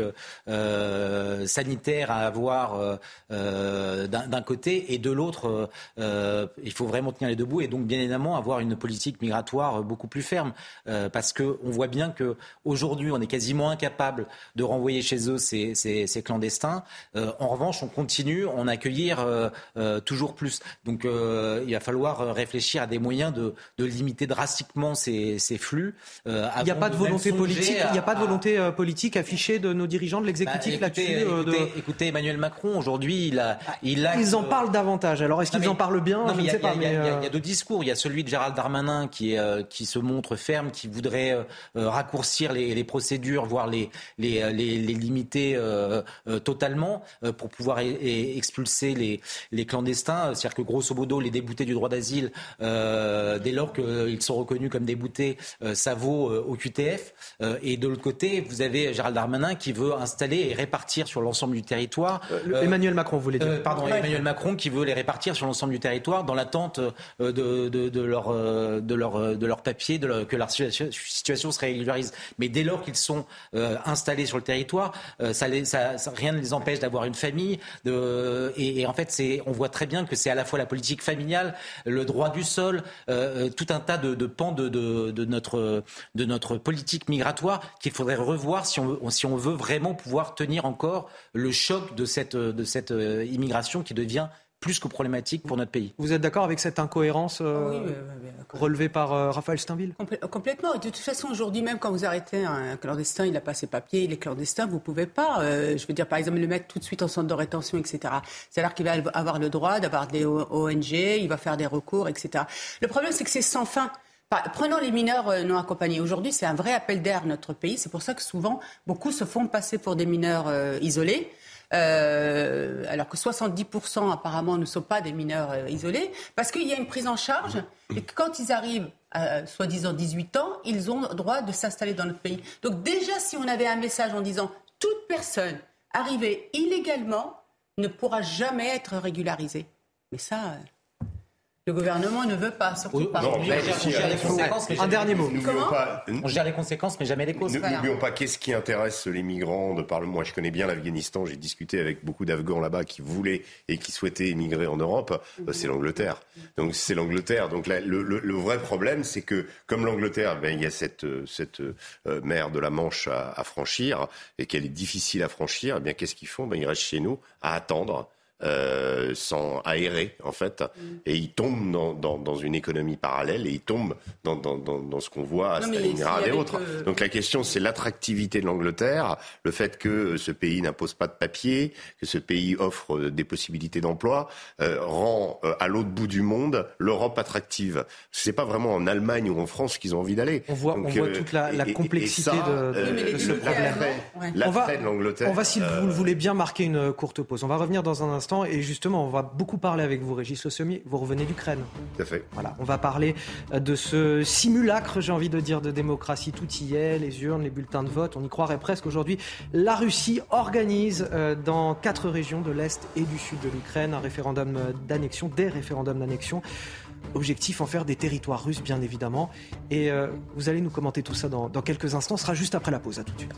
sanitaire à avoir d'un côté et de l'autre, il faut vraiment tenir les deux bouts et donc bien évidemment avoir une politique migratoire beaucoup plus ferme parce qu'on voit bien qu'aujourd'hui, on est quasiment incapable de renvoyer chez eux ces clandestins. En revanche, on continue, on accueillir toujours plus. Donc il va falloir réfléchir à des moyens de limiter drastiquement ces flux. Il n'y a pas de volonté politique. Il n'y a pas de volonté politique affichée de nos dirigeants de l'exécutif là-dessus. Écoutez, Emmanuel Macron aujourd'hui, ils en parlent davantage. Alors est-ce qu'ils en parlent bien ? Je ne sais pas. Il y a deux discours. Il y a celui de Gérald Darmanin qui se montre ferme, qui voudrait raccourcir les procédures, voire les limiter totalement pour pouvoir expulser les clandestins. C'est-à-dire que grosso modo, les déboutés du droit d'asile, dès lors qu'ils sont reconnus comme déboutés, ça vaut au QTF. Et de l'autre côté, vous avez Gérald Darmanin qui veut installer et répartir sur l'ensemble du territoire. Emmanuel Macron, vous voulez dire Emmanuel Macron qui veut les répartir sur l'ensemble du territoire dans l'attente de leur papier, que leur situation se régularise. Mais dès lors qu'ils sont installés sur le territoire, rien ne les empêche d'avoir une famille. Et en fait, on voit très bien que c'est à la fois la politique familiale, le droit du sol, tout un tas de pans de notre politique migratoire qu'il faudrait revoir si on veut vraiment pouvoir tenir encore le choc de cette immigration qui devient plus que problématique pour notre pays. Vous êtes d'accord avec cette incohérence relevée par Raphaël Steinville ? Complètement. Et de toute façon, aujourd'hui, même quand vous arrêtez un clandestin, il n'a pas ses papiers, il est clandestin, vous ne pouvez pas, je veux dire, par exemple, le mettre tout de suite en centre de rétention, etc. C'est-à-dire qu'il va avoir le droit d'avoir des ONG, il va faire des recours, etc. Le problème, c'est que c'est sans fin. Prenons les mineurs non accompagnés. Aujourd'hui, c'est un vrai appel d'air notre pays. C'est pour ça que souvent, beaucoup se font passer pour des mineurs isolés. Alors que 70% apparemment ne sont pas des mineurs isolés, parce qu'il y a une prise en charge et que quand ils arrivent à soi-disant 18 ans, ils ont le droit de s'installer dans notre pays. Donc déjà, si on avait un message en disant « toute personne arrivée illégalement ne pourra jamais être régularisée », mais ça... Le gouvernement ne veut pas, surtout pas. Non, on gère les conséquences, mais un dernier mot. On gère les conséquences, mais jamais les causes. N'oublions pas qu'est-ce qui intéresse les migrants de par le. Moi, je connais bien l'Afghanistan. J'ai discuté avec beaucoup d'Afghans là-bas qui voulaient et qui souhaitaient émigrer en Europe. C'est l'Angleterre. Donc c'est l'Angleterre. Donc là, le vrai problème, c'est que comme l'Angleterre, il y a cette mer de la Manche à franchir et qu'elle est difficile à franchir. Eh bien, qu'est-ce qu'ils font ? Ils restent chez nous à attendre. Sans aérer en fait, et ils tombent dans une économie parallèle et ils tombent dans ce qu'on voit à Stalingrad et autres. Donc la question, c'est l'attractivité de l'Angleterre, le fait que ce pays n'impose pas de papier, que ce pays offre des possibilités d'emploi, rend à l'autre bout du monde l'Europe attractive. C'est pas vraiment en Allemagne ou en France qu'ils ont envie d'aller. On voit toute la complexité de ce problème. L'attrait de l'Angleterre. On va, si vous le voulez bien, marquer une courte pause. On va revenir dans un instant. Et justement, on va beaucoup parler avec vous, Régis Le Sommier. Vous revenez d'Ukraine. Tout à fait. Voilà, on va parler de ce simulacre, j'ai envie de dire, de démocratie. Tout y est, les urnes, les bulletins de vote. On y croirait presque aujourd'hui. La Russie organise dans 4 régions de l'Est et du Sud de l'Ukraine des référendums d'annexion. Objectif, en faire des territoires russes, bien évidemment. Et vous allez nous commenter tout ça dans quelques instants. Ce sera juste après la pause. À tout de suite.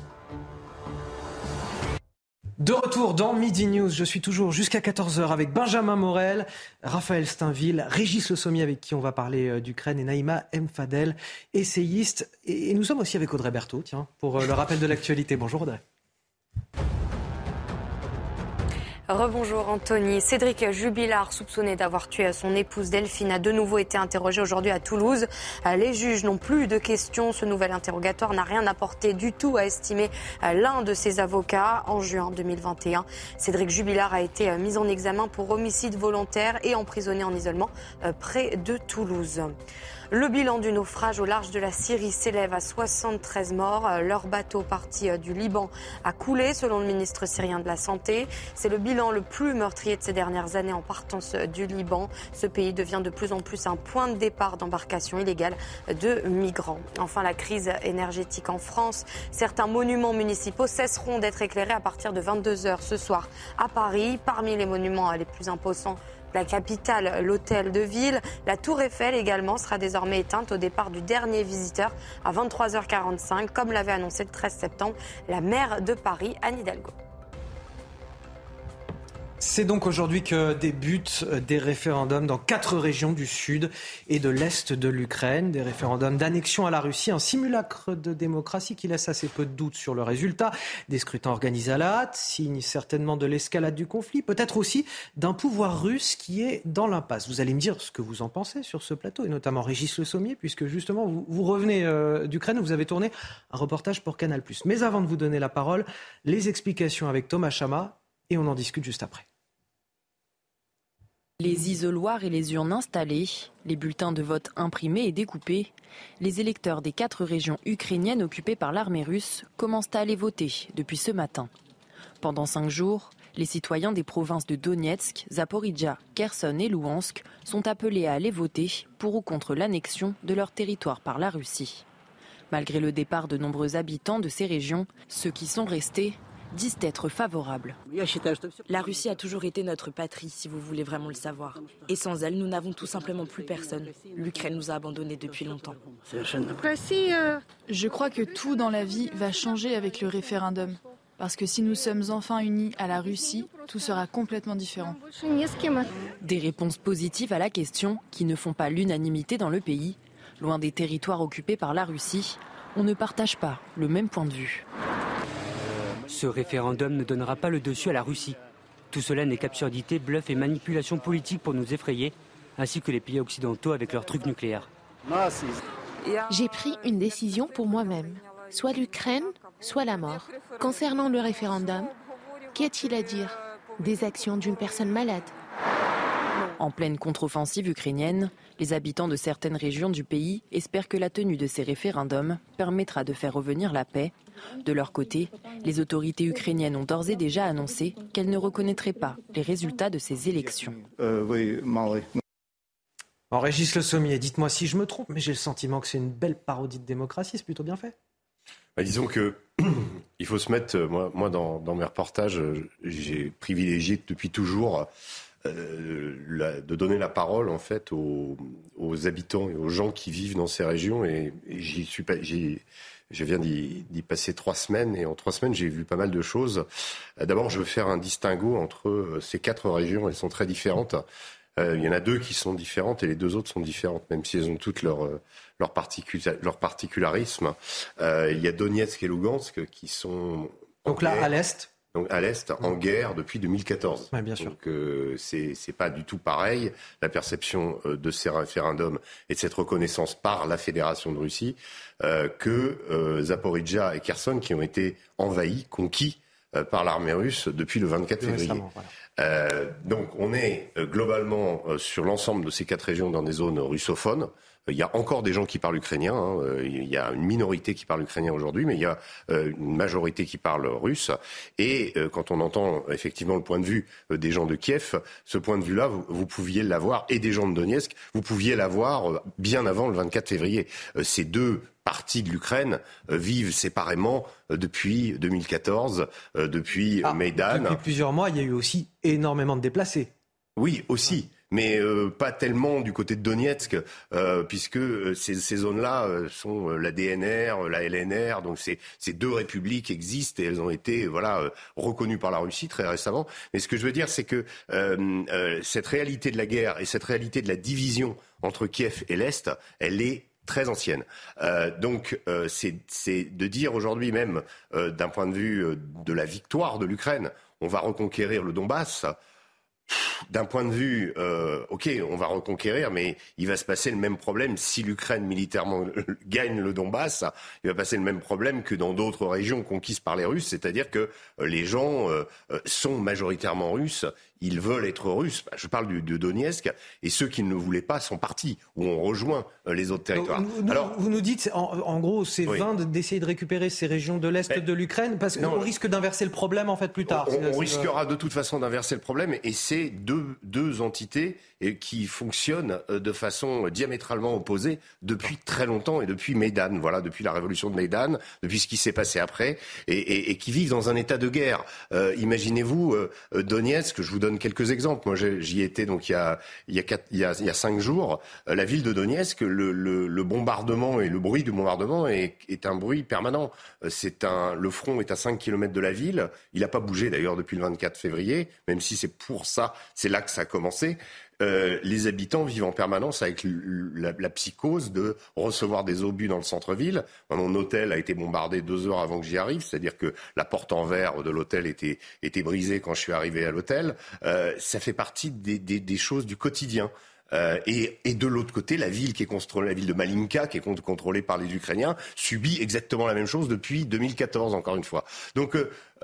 De retour dans Midi News, je suis toujours jusqu'à 14h avec Benjamin Morel, Raphaël Steinville, Régis Le Sommier avec qui on va parler d'Ukraine et Naïma M. Fadel, essayiste. Et nous sommes aussi avec Audrey Berthaud, pour le rappel de l'actualité. Bonjour Audrey. Rebonjour Anthony. Cédric Jubilard, soupçonné d'avoir tué son épouse Delphine, a de nouveau été interrogé aujourd'hui à Toulouse. Les juges n'ont plus de questions. Ce nouvel interrogatoire n'a rien apporté du tout, a estimé l'un de ses avocats. En juin 2021, Cédric Jubilard a été mis en examen pour homicide volontaire et emprisonné en isolement près de Toulouse. Le bilan du naufrage au large de la Syrie s'élève à 73 morts. Leur bateau parti du Liban a coulé, selon le ministre syrien de la Santé. C'est le bilan le plus meurtrier de ces dernières années en partance du Liban. Ce pays devient de plus en plus un point de départ d'embarcation illégale de migrants. Enfin, la crise énergétique en France. Certains monuments municipaux cesseront d'être éclairés à partir de 22h ce soir à Paris. Parmi les monuments les plus imposants, la capitale, l'hôtel de ville, la tour Eiffel également sera désormais éteinte au départ du dernier visiteur à 23h45, comme l'avait annoncé le 13 septembre la maire de Paris, Anne Hidalgo. C'est donc aujourd'hui que débutent des référendums dans 4 régions du sud et de l'est de l'Ukraine. Des référendums d'annexion à la Russie, un simulacre de démocratie qui laisse assez peu de doutes sur le résultat. Des scrutins organisés à la hâte, signe certainement de l'escalade du conflit, peut-être aussi d'un pouvoir russe qui est dans l'impasse. Vous allez me dire ce que vous en pensez sur ce plateau, et notamment Régis Le Sommier, puisque justement vous revenez d'Ukraine, vous avez tourné un reportage pour Canal+. Mais avant de vous donner la parole, les explications avec Thomas Chama, et on en discute juste après. Les isoloirs et les urnes installées, les bulletins de vote imprimés et découpés, les électeurs des 4 régions ukrainiennes occupées par l'armée russe commencent à aller voter depuis ce matin. Pendant 5 jours, les citoyens des provinces de Donetsk, Zaporijia, Kherson et Louhansk sont appelés à aller voter pour ou contre l'annexion de leur territoire par la Russie. Malgré le départ de nombreux habitants de ces régions, ceux qui sont restés disent être favorables. La Russie a toujours été notre patrie, si vous voulez vraiment le savoir. Et sans elle, nous n'avons tout simplement plus personne. L'Ukraine nous a abandonnés depuis longtemps. Je crois que tout dans la vie va changer avec le référendum. Parce que si nous sommes enfin unis à la Russie, tout sera complètement différent. Des réponses positives à la question qui ne font pas l'unanimité dans le pays. Loin des territoires occupés par la Russie, on ne partage pas le même point de vue. Ce référendum ne donnera pas le dessus à la Russie. Tout cela n'est qu'absurdité, bluff et manipulation politique pour nous effrayer, ainsi que les pays occidentaux avec leurs trucs nucléaires. J'ai pris une décision pour moi-même. Soit l'Ukraine, soit la mort. Concernant le référendum, qu'y a-t-il à dire? Des actions d'une personne malade. En pleine contre-offensive ukrainienne, les habitants de certaines régions du pays espèrent que la tenue de ces référendums permettra de faire revenir la paix. De leur côté, les autorités ukrainiennes ont d'ores et déjà annoncé qu'elles ne reconnaîtraient pas les résultats de ces élections. Régis Le Sommier, dites-moi si je me trompe, mais j'ai le sentiment que c'est une belle parodie de démocratie, c'est plutôt bien fait. Disons que il faut se mettre, moi dans mes reportages, j'ai privilégié depuis toujours de donner la parole en fait aux habitants et aux gens qui vivent dans ces régions. Et je viens d'y passer 3 semaines et en 3 semaines j'ai vu pas mal de choses. D'abord, je veux faire un distinguo entre ces 4 régions. Elles sont très différentes. Il y en a 2 qui sont différentes et les 2 autres sont différentes, même si elles ont toutes leur particularisme. Il y a Donetsk et Lugansk qui sont... Donc là, à l'est. Donc à l'est, en guerre depuis 2014. Oui, bien sûr. Donc c'est pas du tout pareil. La perception de ces référendums et de cette reconnaissance par la Fédération de Russie que Zaporijjia et Kherson qui ont été envahis, conquis par l'armée russe depuis le 24 février. Récemment, voilà. Donc on est globalement sur l'ensemble de ces 4 régions dans des zones russophones. Il y a encore des gens qui parlent ukrainien. Il y a une minorité qui parle ukrainien aujourd'hui, mais il y a une majorité qui parle russe. Et quand on entend effectivement le point de vue des gens de Kiev, ce point de vue-là, vous pouviez l'avoir, et des gens de Donetsk, vous pouviez l'avoir bien avant le 24 février. Ces 2 parties de l'Ukraine vivent séparément depuis 2014, depuis Maïdan. Depuis plusieurs mois, il y a eu aussi énormément de déplacés. Oui, aussi. Mais pas tellement du côté de Donetsk, puisque ces zones-là sont la DNR, la LNR, donc ces 2 républiques existent et elles ont été reconnues par la Russie très récemment. Mais ce que je veux dire, c'est que cette réalité de la guerre et cette réalité de la division entre Kiev et l'Est, elle est très ancienne. Donc c'est de dire aujourd'hui même, d'un point de vue de la victoire de l'Ukraine, on va reconquérir le Donbass. D'un point de vue, on va reconquérir, mais il va se passer le même problème si l'Ukraine militairement gagne le Donbass. Il va passer le même problème que dans d'autres régions conquises par les Russes, c'est-à-dire que les gens sont majoritairement russes. Ils veulent être russes. Je parle de Donetsk, et ceux qui ne le voulaient pas sont partis ou ont rejoint les autres territoires. Alors, vous nous dites, en gros, c'est vain d'essayer de récupérer ces régions de l'Est de l'Ukraine, parce qu'on risque d'inverser le problème en fait plus tard. On risquera de toute façon d'inverser le problème, et c'est deux entités qui fonctionnent de façon diamétralement opposée depuis très longtemps et depuis Maïdan, depuis la révolution de Maïdan, depuis ce qui s'est passé après, et qui vivent dans un état de guerre. Imaginez-vous Donetsk, je vous donne quelques exemples. Moi, j'y étais donc il y a 5 jours. La ville de Donetsk, le bombardement et le bruit du bombardement est un bruit permanent. Le front est à 5 km de la ville. Il n'a pas bougé d'ailleurs depuis le 24 février, même si c'est là que ça a commencé. Les habitants vivent en permanence avec la psychose de recevoir des obus dans le centre-ville. Mon hôtel a été bombardé 2 heures avant que j'y arrive, c'est-à-dire que la porte en verre de l'hôtel était brisée quand je suis arrivé à l'hôtel. Ça fait partie des choses du quotidien. Et de l'autre côté, la ville la ville de Malinka, qui est contrôlée par les Ukrainiens, subit exactement la même chose depuis 2014, encore une fois. Donc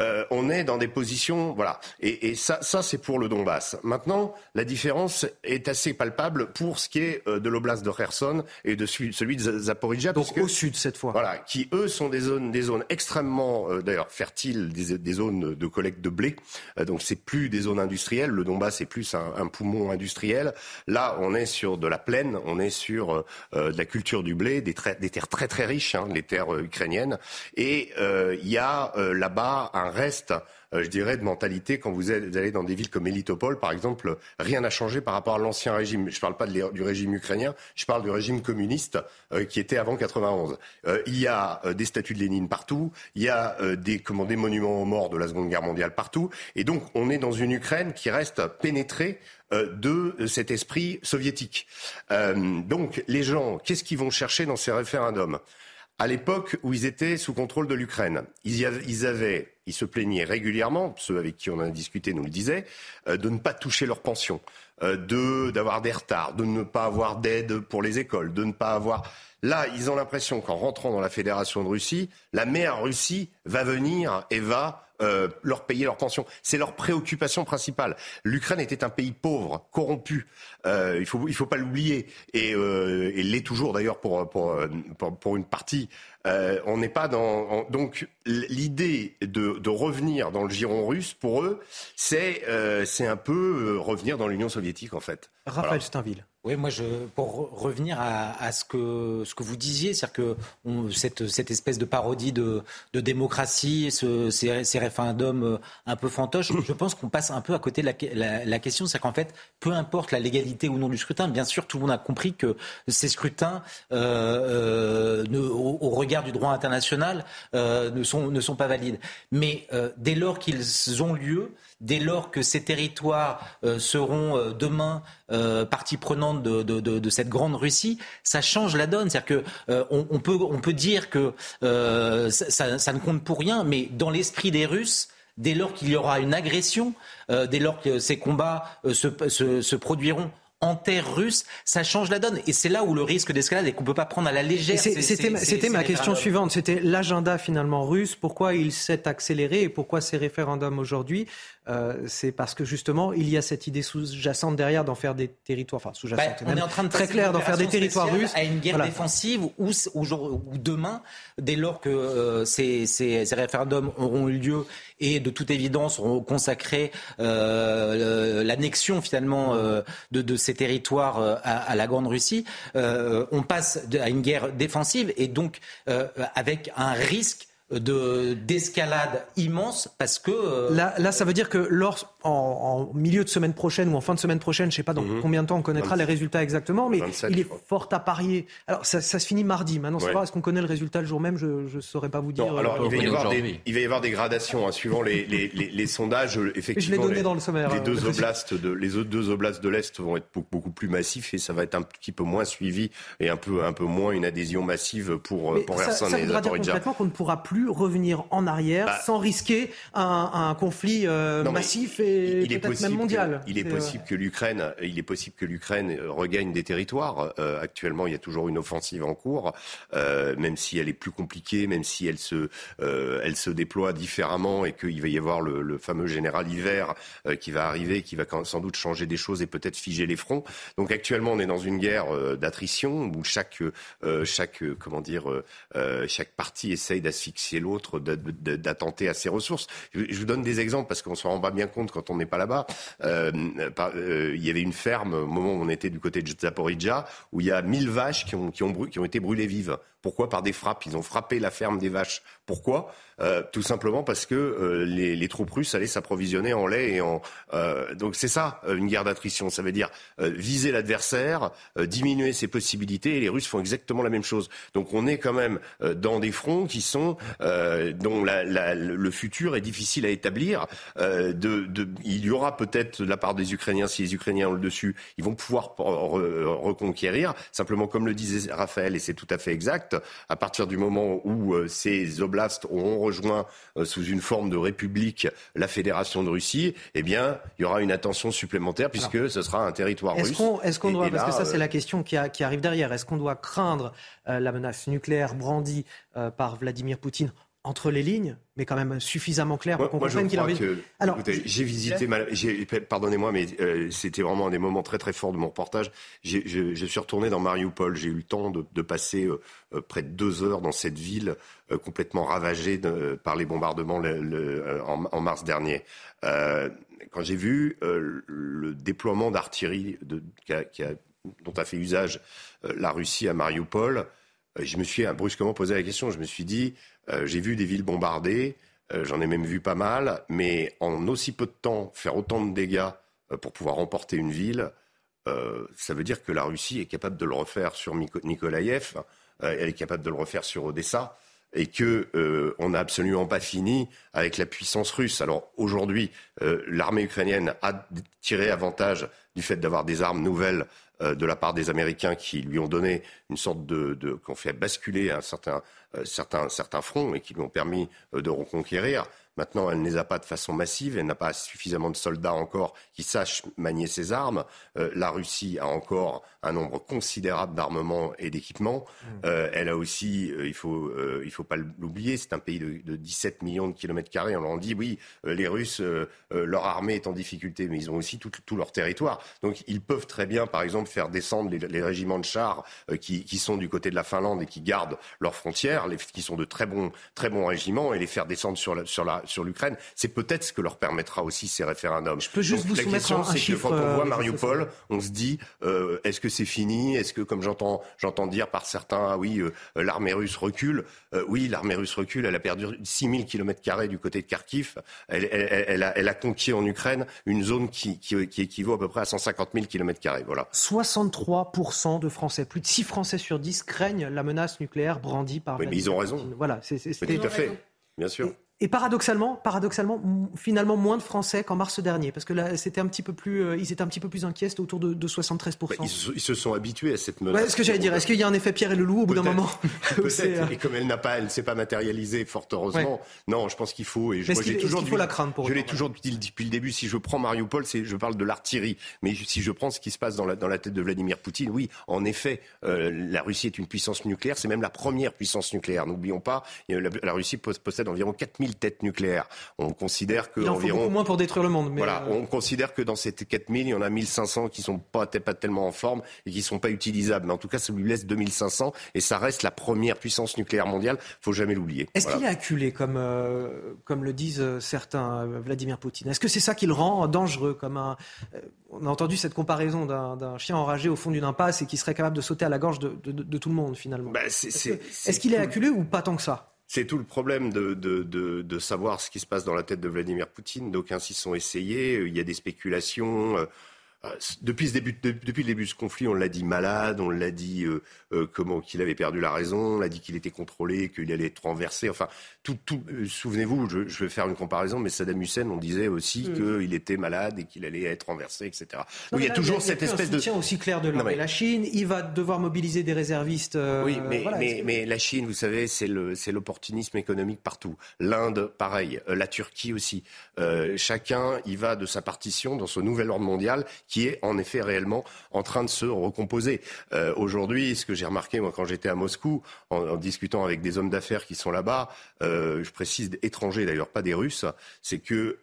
on est dans des positions, et ça c'est pour le Donbass. Maintenant, la différence est assez palpable pour ce qui est de l'oblast de Kherson et de celui de Zaporijjia. Donc au sud cette fois. Qui eux sont des zones extrêmement d'ailleurs fertiles, des zones de collecte de blé. Donc c'est plus des zones industrielles. Le Donbass est plus un poumon industriel. Là, on est sur de la plaine, on est sur de la culture du blé, des terres très très riches, les terres ukrainiennes. Et il y a là-bas un reste, je dirais, de mentalité. Quand vous allez dans des villes comme Melitopol, par exemple, rien n'a changé par rapport à l'ancien régime. Je ne parle pas du régime ukrainien, je parle du régime communiste qui était avant 91. Il y a des statues de Lénine partout, il y a des monuments aux morts de la Seconde Guerre mondiale partout. Et donc, on est dans une Ukraine qui reste pénétrée de cet esprit soviétique. Donc, les gens, qu'est-ce qu'ils vont chercher dans ces référendums ? À l'époque où ils étaient sous contrôle de l'Ukraine, ils se plaignaient régulièrement, ceux avec qui on a discuté nous le disaient, de ne pas toucher leur pension, d'avoir des retards, de ne pas avoir d'aide pour les écoles, de ne pas avoir... Là, ils ont l'impression qu'en rentrant dans la Fédération de Russie, la mère Russie va venir et va leur payer leur pension. C'est leur préoccupation principale. L'Ukraine était un pays pauvre, corrompu. Il faut pas l'oublier. Et l'est toujours d'ailleurs pour une partie. On n'est pas dans... Donc l'idée de revenir dans le giron russe, pour eux, c'est un peu revenir dans l'Union soviétique en fait. Raphaël Steinville. Oui, moi, pour revenir à ce que vous disiez, c'est-à-dire que cette espèce de parodie de démocratie, ces référendums un peu fantoches, je pense qu'on passe un peu à côté de la question. C'est qu'en fait, peu importe la légalité ou non du scrutin, bien sûr, tout le monde a compris que ces scrutins, au regard du droit international, ne sont pas valides. Mais dès lors qu'ils ont lieu, dès lors que ces territoires seront demain partie prenante de cette grande Russie, ça change la donne. C'est-à-dire que on peut dire que ça ne compte pour rien, mais dans l'esprit des Russes, dès lors qu'il y aura une agression, dès lors que ces combats se produiront en terre russe, ça change la donne. Et c'est là où le risque d'escalade et qu'on ne peut pas prendre à la légère. C'était ma question suivante. C'était l'agenda finalement russe. Pourquoi il s'est accéléré et pourquoi ces référendums aujourd'hui ? C'est parce que justement, il y a cette idée sous-jacente derrière d'en faire des territoires, enfin sous-jacente, on est en train de très clair d'en faire des territoires russes. À une guerre défensive où demain, dès lors que ces référendums auront eu lieu et de toute évidence auront consacré l'annexion finalement de ces territoires à la Grande Russie, on passe à une guerre défensive et donc avec un risque d'escalade immense parce que... Là, ça veut dire que en milieu de semaine prochaine ou en fin de semaine prochaine, je ne sais pas dans combien de temps on connaîtra les résultats exactement, mais 27, il est fort à parier. Alors, ça se finit mardi. Maintenant, savoir est-ce qu'on connaît le résultat le jour même, je ne saurais pas vous dire. Non, alors, il va y avoir des gradations, suivant les sondages. Effectivement, je l'ai donné dans le sommaire. Les deux oblasts de l'Est vont être beaucoup plus massifs et ça va être un petit peu moins suivi et un peu moins une adhésion massive pour Kherson et Zaporizhzhia. Ça voudra dire concrètement qu'on ne pourra plus revenir en arrière sans risquer un conflit massif et peut-être même mondial. Il est possible que l'Ukraine regagne des territoires. Actuellement, il y a toujours une offensive en cours, même si elle est plus compliquée, même si elle se déploie différemment et qu'il va y avoir le fameux général hiver qui va arriver, qui va sans doute changer des choses et peut-être figer les fronts. Donc actuellement, on est dans une guerre d'attrition où chaque partie essaye d'asphyxier l'autre, d'attenter à ses ressources. Je vous donne des exemples parce qu'on se rend pas bien compte quand on n'est pas là-bas. Il y avait une ferme au moment où on était du côté de Zaporizhzhia où il y a 1000 vaches qui ont été brûlées vives. Pourquoi ? Par des frappes. Ils ont frappé la ferme des vaches. Pourquoi ? Tout simplement parce que les troupes russes allaient s'approvisionner en lait et donc c'est ça, une guerre d'attrition. Ça veut dire viser l'adversaire, diminuer ses possibilités, et les Russes font exactement la même chose. Donc on est quand même dans des fronts qui sont dont le futur est difficile à établir. Il y aura peut-être de la part des Ukrainiens, si les Ukrainiens ont le dessus, ils vont pouvoir reconquérir. Simplement, comme le disait Raphaël, et c'est tout à fait exact, à partir du moment où ces oblasts auront rejoint sous une forme de république la Fédération de Russie, eh bien, il y aura une attention supplémentaire puisque ce sera un territoire russe. Est-ce qu'on doit, parce que ça c'est la question qui arrive derrière, est-ce qu'on doit craindre la menace nucléaire brandie par Vladimir Poutine entre les lignes, mais quand même suffisamment clair pour qu'on comprenne qu'il a envie... Alors, écoutez, j'ai visité... Pardonnez-moi, mais c'était vraiment un des moments très très forts de mon reportage. Je suis retourné dans Mariupol. J'ai eu le temps de passer près de 2 heures dans cette ville complètement ravagée par les bombardements en mars dernier. Quand j'ai vu le déploiement d'artillerie dont a fait usage la Russie à Mariupol, je me suis brusquement posé la question. Je me suis dit, j'ai vu des villes bombardées, j'en ai même vu pas mal, mais en aussi peu de temps, faire autant de dégâts pour pouvoir remporter une ville, ça veut dire que la Russie est capable de le refaire sur Nikolaïev, elle est capable de le refaire sur Odessa, et qu'on n'a absolument pas fini avec la puissance russe. Alors aujourd'hui, l'armée ukrainienne a tiré avantage du fait d'avoir des armes nouvelles de la part des Américains qui lui ont donné une sorte qui ont fait basculer un certain front et qui lui ont permis de reconquérir. Maintenant, elle ne les a pas de façon massive, elle n'a pas suffisamment de soldats encore qui sachent manier ses armes. La Russie a encore un nombre considérable d'armements et d'équipements. Elle a aussi, il faut pas l'oublier, c'est un pays de 17 millions de kilomètres carrés. On leur dit, oui, les Russes, leur armée est en difficulté, mais ils ont aussi tout leur territoire. Donc ils peuvent très bien, par exemple, faire descendre les régiments de chars qui sont du côté de la Finlande et qui gardent leurs frontières, qui sont de très bons régiments, et les faire descendre sur l'Ukraine. C'est peut-être ce que leur permettra aussi ces référendums. Je peux juste vous soumettre un chiffre. Quand on voit Mariupol, on se dit est-ce que c'est fini ? Est-ce que, comme j'entends dire par certains, l'armée russe recule. Oui, l'armée russe recule. Elle a perdu 6000 km² du côté de Kharkiv. Elle a conquis en Ukraine une zone qui équivaut à peu près à 150 000 km². Voilà. 63% de Français, plus de 6 Français sur 10 craignent la menace nucléaire brandie par... Oui, mais ils ont raison. Voilà, tout à fait, bien sûr. Et paradoxalement, finalement, moins de Français qu'en mars dernier, parce que là, ils étaient un petit peu plus inquiets, c'était autour de 73%. Ils se sont habitués à cette menace. Ouais, ce que j'allais dire, est-ce qu'il y a un effet Pierre et le loup au bout d'un moment? Peut-être, et comme elle ne s'est pas matérialisée, fort heureusement, non, je pense qu'il faut. Et faut la craindre pour Je l'ai toujours dit depuis le début. Si je prends Mariupol, je parle de l'artillerie. Mais si je prends ce qui se passe dans la tête de Vladimir Poutine, oui, en effet, la Russie est une puissance nucléaire. C'est même la première puissance nucléaire. N'oublions pas, la Russie possède environ 4000 têtes nucléaires. On considère que il en faut beaucoup moins pour détruire le monde. Mais voilà, on considère que dans ces 4000, il y en a 1500 qui sont pas tellement en forme et qui sont pas utilisables. Mais en tout cas, ça lui laisse 2500 et ça reste la première puissance nucléaire mondiale. Faut jamais l'oublier. Est-ce qu'il est acculé, comme le disent certains, Vladimir Poutine? Est-ce que c'est ça qui le rend dangereux, on a entendu cette comparaison d'un chien enragé au fond d'une impasse et qui serait capable de sauter à la gorge de tout le monde finalement. Est-ce qu'il est acculé ou pas tant que ça? C'est tout le problème de savoir ce qui se passe dans la tête de Vladimir Poutine. D'aucuns s'y sont essayés. Il y a des spéculations. Depuis le début de ce conflit, on l'a dit malade, on l'a dit qu'il avait perdu la raison, on l'a dit qu'il était contrôlé, qu'il allait être renversé. Enfin, souvenez-vous, je vais faire une comparaison, mais Saddam Hussein, on disait aussi qu'il était malade et qu'il allait être renversé, etc. Donc il y a toujours cette espèce de soutien aussi clair de l'Inde et la Chine. Il va devoir mobiliser des réservistes. Oui, mais la Chine, vous savez, c'est l'opportunisme économique partout. L'Inde, pareil. La Turquie aussi. Chacun y va de sa partition dans ce nouvel ordre mondial qui est en effet réellement en train de se recomposer. Aujourd'hui, ce que j'ai remarqué, moi, quand j'étais à Moscou, en discutant avec des hommes d'affaires qui sont là-bas, je précise étrangers d'ailleurs, pas des Russes, c'est que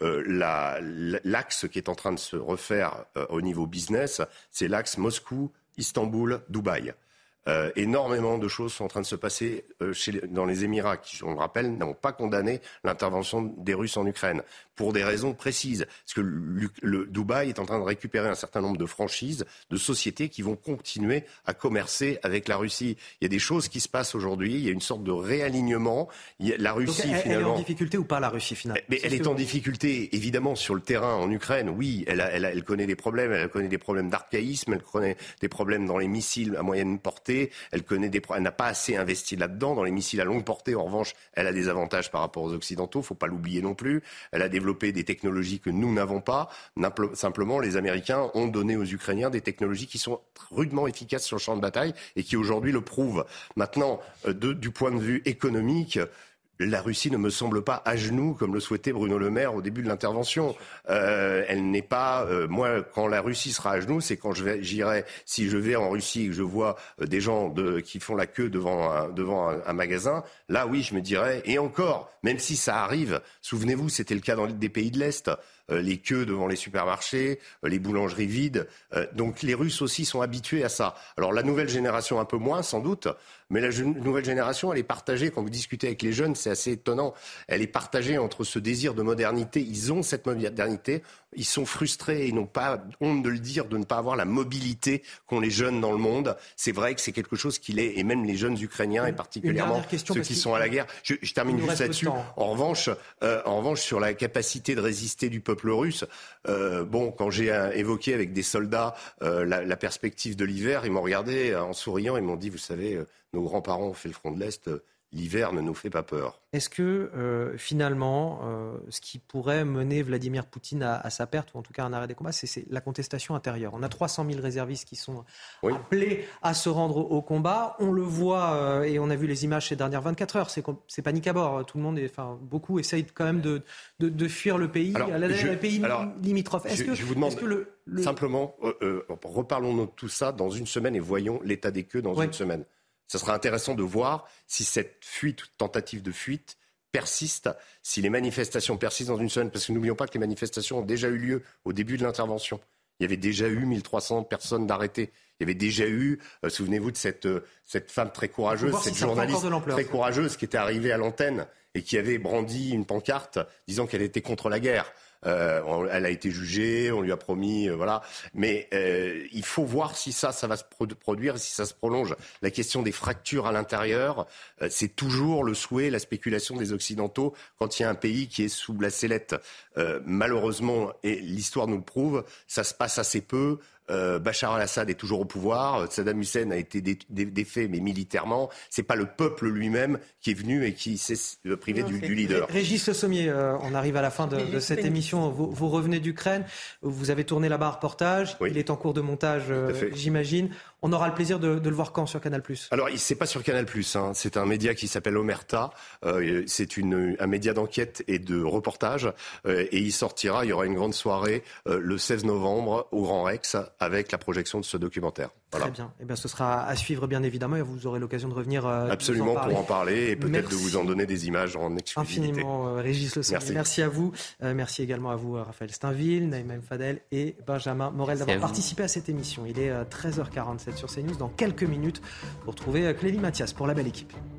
l'axe qui est en train de se refaire au niveau business, c'est l'axe Moscou-Istanbul-Dubaï. Énormément de choses sont en train de se passer dans les Émirats, qui, on le rappelle, n'ont pas condamné l'intervention des Russes en Ukraine, pour des raisons précises. Parce que le Dubaï est en train de récupérer un certain nombre de franchises, de sociétés qui vont continuer à commercer avec la Russie. Il y a des choses qui se passent aujourd'hui, il y a une sorte de réalignement. La Russie, donc, finalement... Elle est en difficulté ou pas, la Russie, finalement? Mais elle est en difficulté, évidemment, sur le terrain en Ukraine. Oui, elle connaît des problèmes. Elle connaît des problèmes d'archaïsme, elle connaît des problèmes dans les missiles à moyenne portée. Elle n'a pas assez investi là-dedans. Dans les missiles à longue portée, en revanche, elle a des avantages par rapport aux Occidentaux. Faut pas l'oublier non plus. Elle a développé des technologies que nous n'avons pas. Simplement, les Américains ont donné aux Ukrainiens des technologies qui sont rudement efficaces sur le champ de bataille et qui aujourd'hui le prouvent. Maintenant, du point de vue économique, la Russie ne me semble pas à genoux, comme le souhaitait Bruno Le Maire au début de l'intervention. Elle n'est pas... moi, quand la Russie sera à genoux, c'est quand si je vais en Russie et que je vois des gens qui font la queue devant un magasin, là, oui, je me dirais... Et encore, même si ça arrive, souvenez-vous, c'était le cas dans des pays de l'Est, les queues devant les supermarchés, les boulangeries vides. Donc les Russes aussi sont habitués à ça. Alors la nouvelle génération un peu moins, sans doute, mais la nouvelle génération, elle est partagée. Quand vous discutez avec les jeunes, c'est assez étonnant. Elle est partagée entre ce désir de modernité. Ils ont cette modernité. Ils sont frustrés. Ils n'ont pas honte de le dire, de ne pas avoir la mobilité qu'ont les jeunes dans le monde. C'est vrai que c'est quelque chose qu'il est, et même les jeunes Ukrainiens, et particulièrement ceux qui sont à la guerre. Je termine juste là-dessus. En revanche, sur la capacité de résister du peuple russe, quand j'ai évoqué avec des soldats la perspective de l'hiver, ils m'ont regardé en souriant, ils m'ont dit, vous savez, nos grands-parents ont fait le front de l'Est, l'hiver ne nous fait pas peur. Est-ce que finalement, ce qui pourrait mener Vladimir Poutine à sa perte, ou en tout cas à un arrêt des combats, c'est la contestation intérieure? On a 300 000 réservistes qui sont appelés à se rendre au combat. On le voit, et on a vu les images ces dernières 24 heures, c'est panique à bord. Tout le monde, beaucoup essayent quand même de fuir le pays, les pays limitrophes. Je vous demande simplement, reparlons-nous de tout ça dans une semaine et voyons l'état des queues dans une semaine. Ça sera intéressant de voir si cette tentative de fuite persiste, si les manifestations persistent dans une semaine, parce que n'oublions pas que les manifestations ont déjà eu lieu au début de l'intervention. Il y avait déjà eu 1300 personnes d'arrêtées. Il y avait déjà eu, souvenez-vous de cette femme très courageuse, cette journaliste très courageuse qui était arrivée à l'antenne et qui avait brandi une pancarte disant qu'elle était contre la guerre. Elle a été jugée, on lui a promis, voilà. Mais il faut voir si ça va se produire, si ça se prolonge. La question des fractures à l'intérieur, c'est toujours le souhait, la spéculation des Occidentaux quand il y a un pays qui est sous la sellette. Malheureusement, et l'histoire nous le prouve, ça se passe assez peu. Bachar al-Assad est toujours au pouvoir. Saddam Hussein a été défait, mais militairement. C'est pas le peuple lui-même qui est venu et qui s'est privé du leader. Régis Le Sommier, on arrive à la fin de cette émission. Vous revenez d'Ukraine. Vous avez tourné là-bas un reportage. Oui. Il est en cours de montage, j'imagine. On aura le plaisir de le voir quand sur Canal+? Alors, c'est pas sur Canal+. C'est un média qui s'appelle Omerta. C'est un média d'enquête et de reportage. Et il sortira, il y aura une grande soirée le 16 novembre au Grand Rex avec la projection de ce documentaire. Voilà. Très bien. Eh bien, ce sera à suivre, bien évidemment, et vous aurez l'occasion de revenir absolument pour en parler et peut-être de vous en donner des images en exclusivité. Infiniment, Régis Le Sommier. Merci à vous. Merci également à vous, Raphaël Steinville, Naïma Mfadel et Benjamin Morel d'avoir participé à cette émission. Il est 13h47 sur CNews. Dans quelques minutes, vous retrouvez Clélie Mathias pour La Belle Équipe.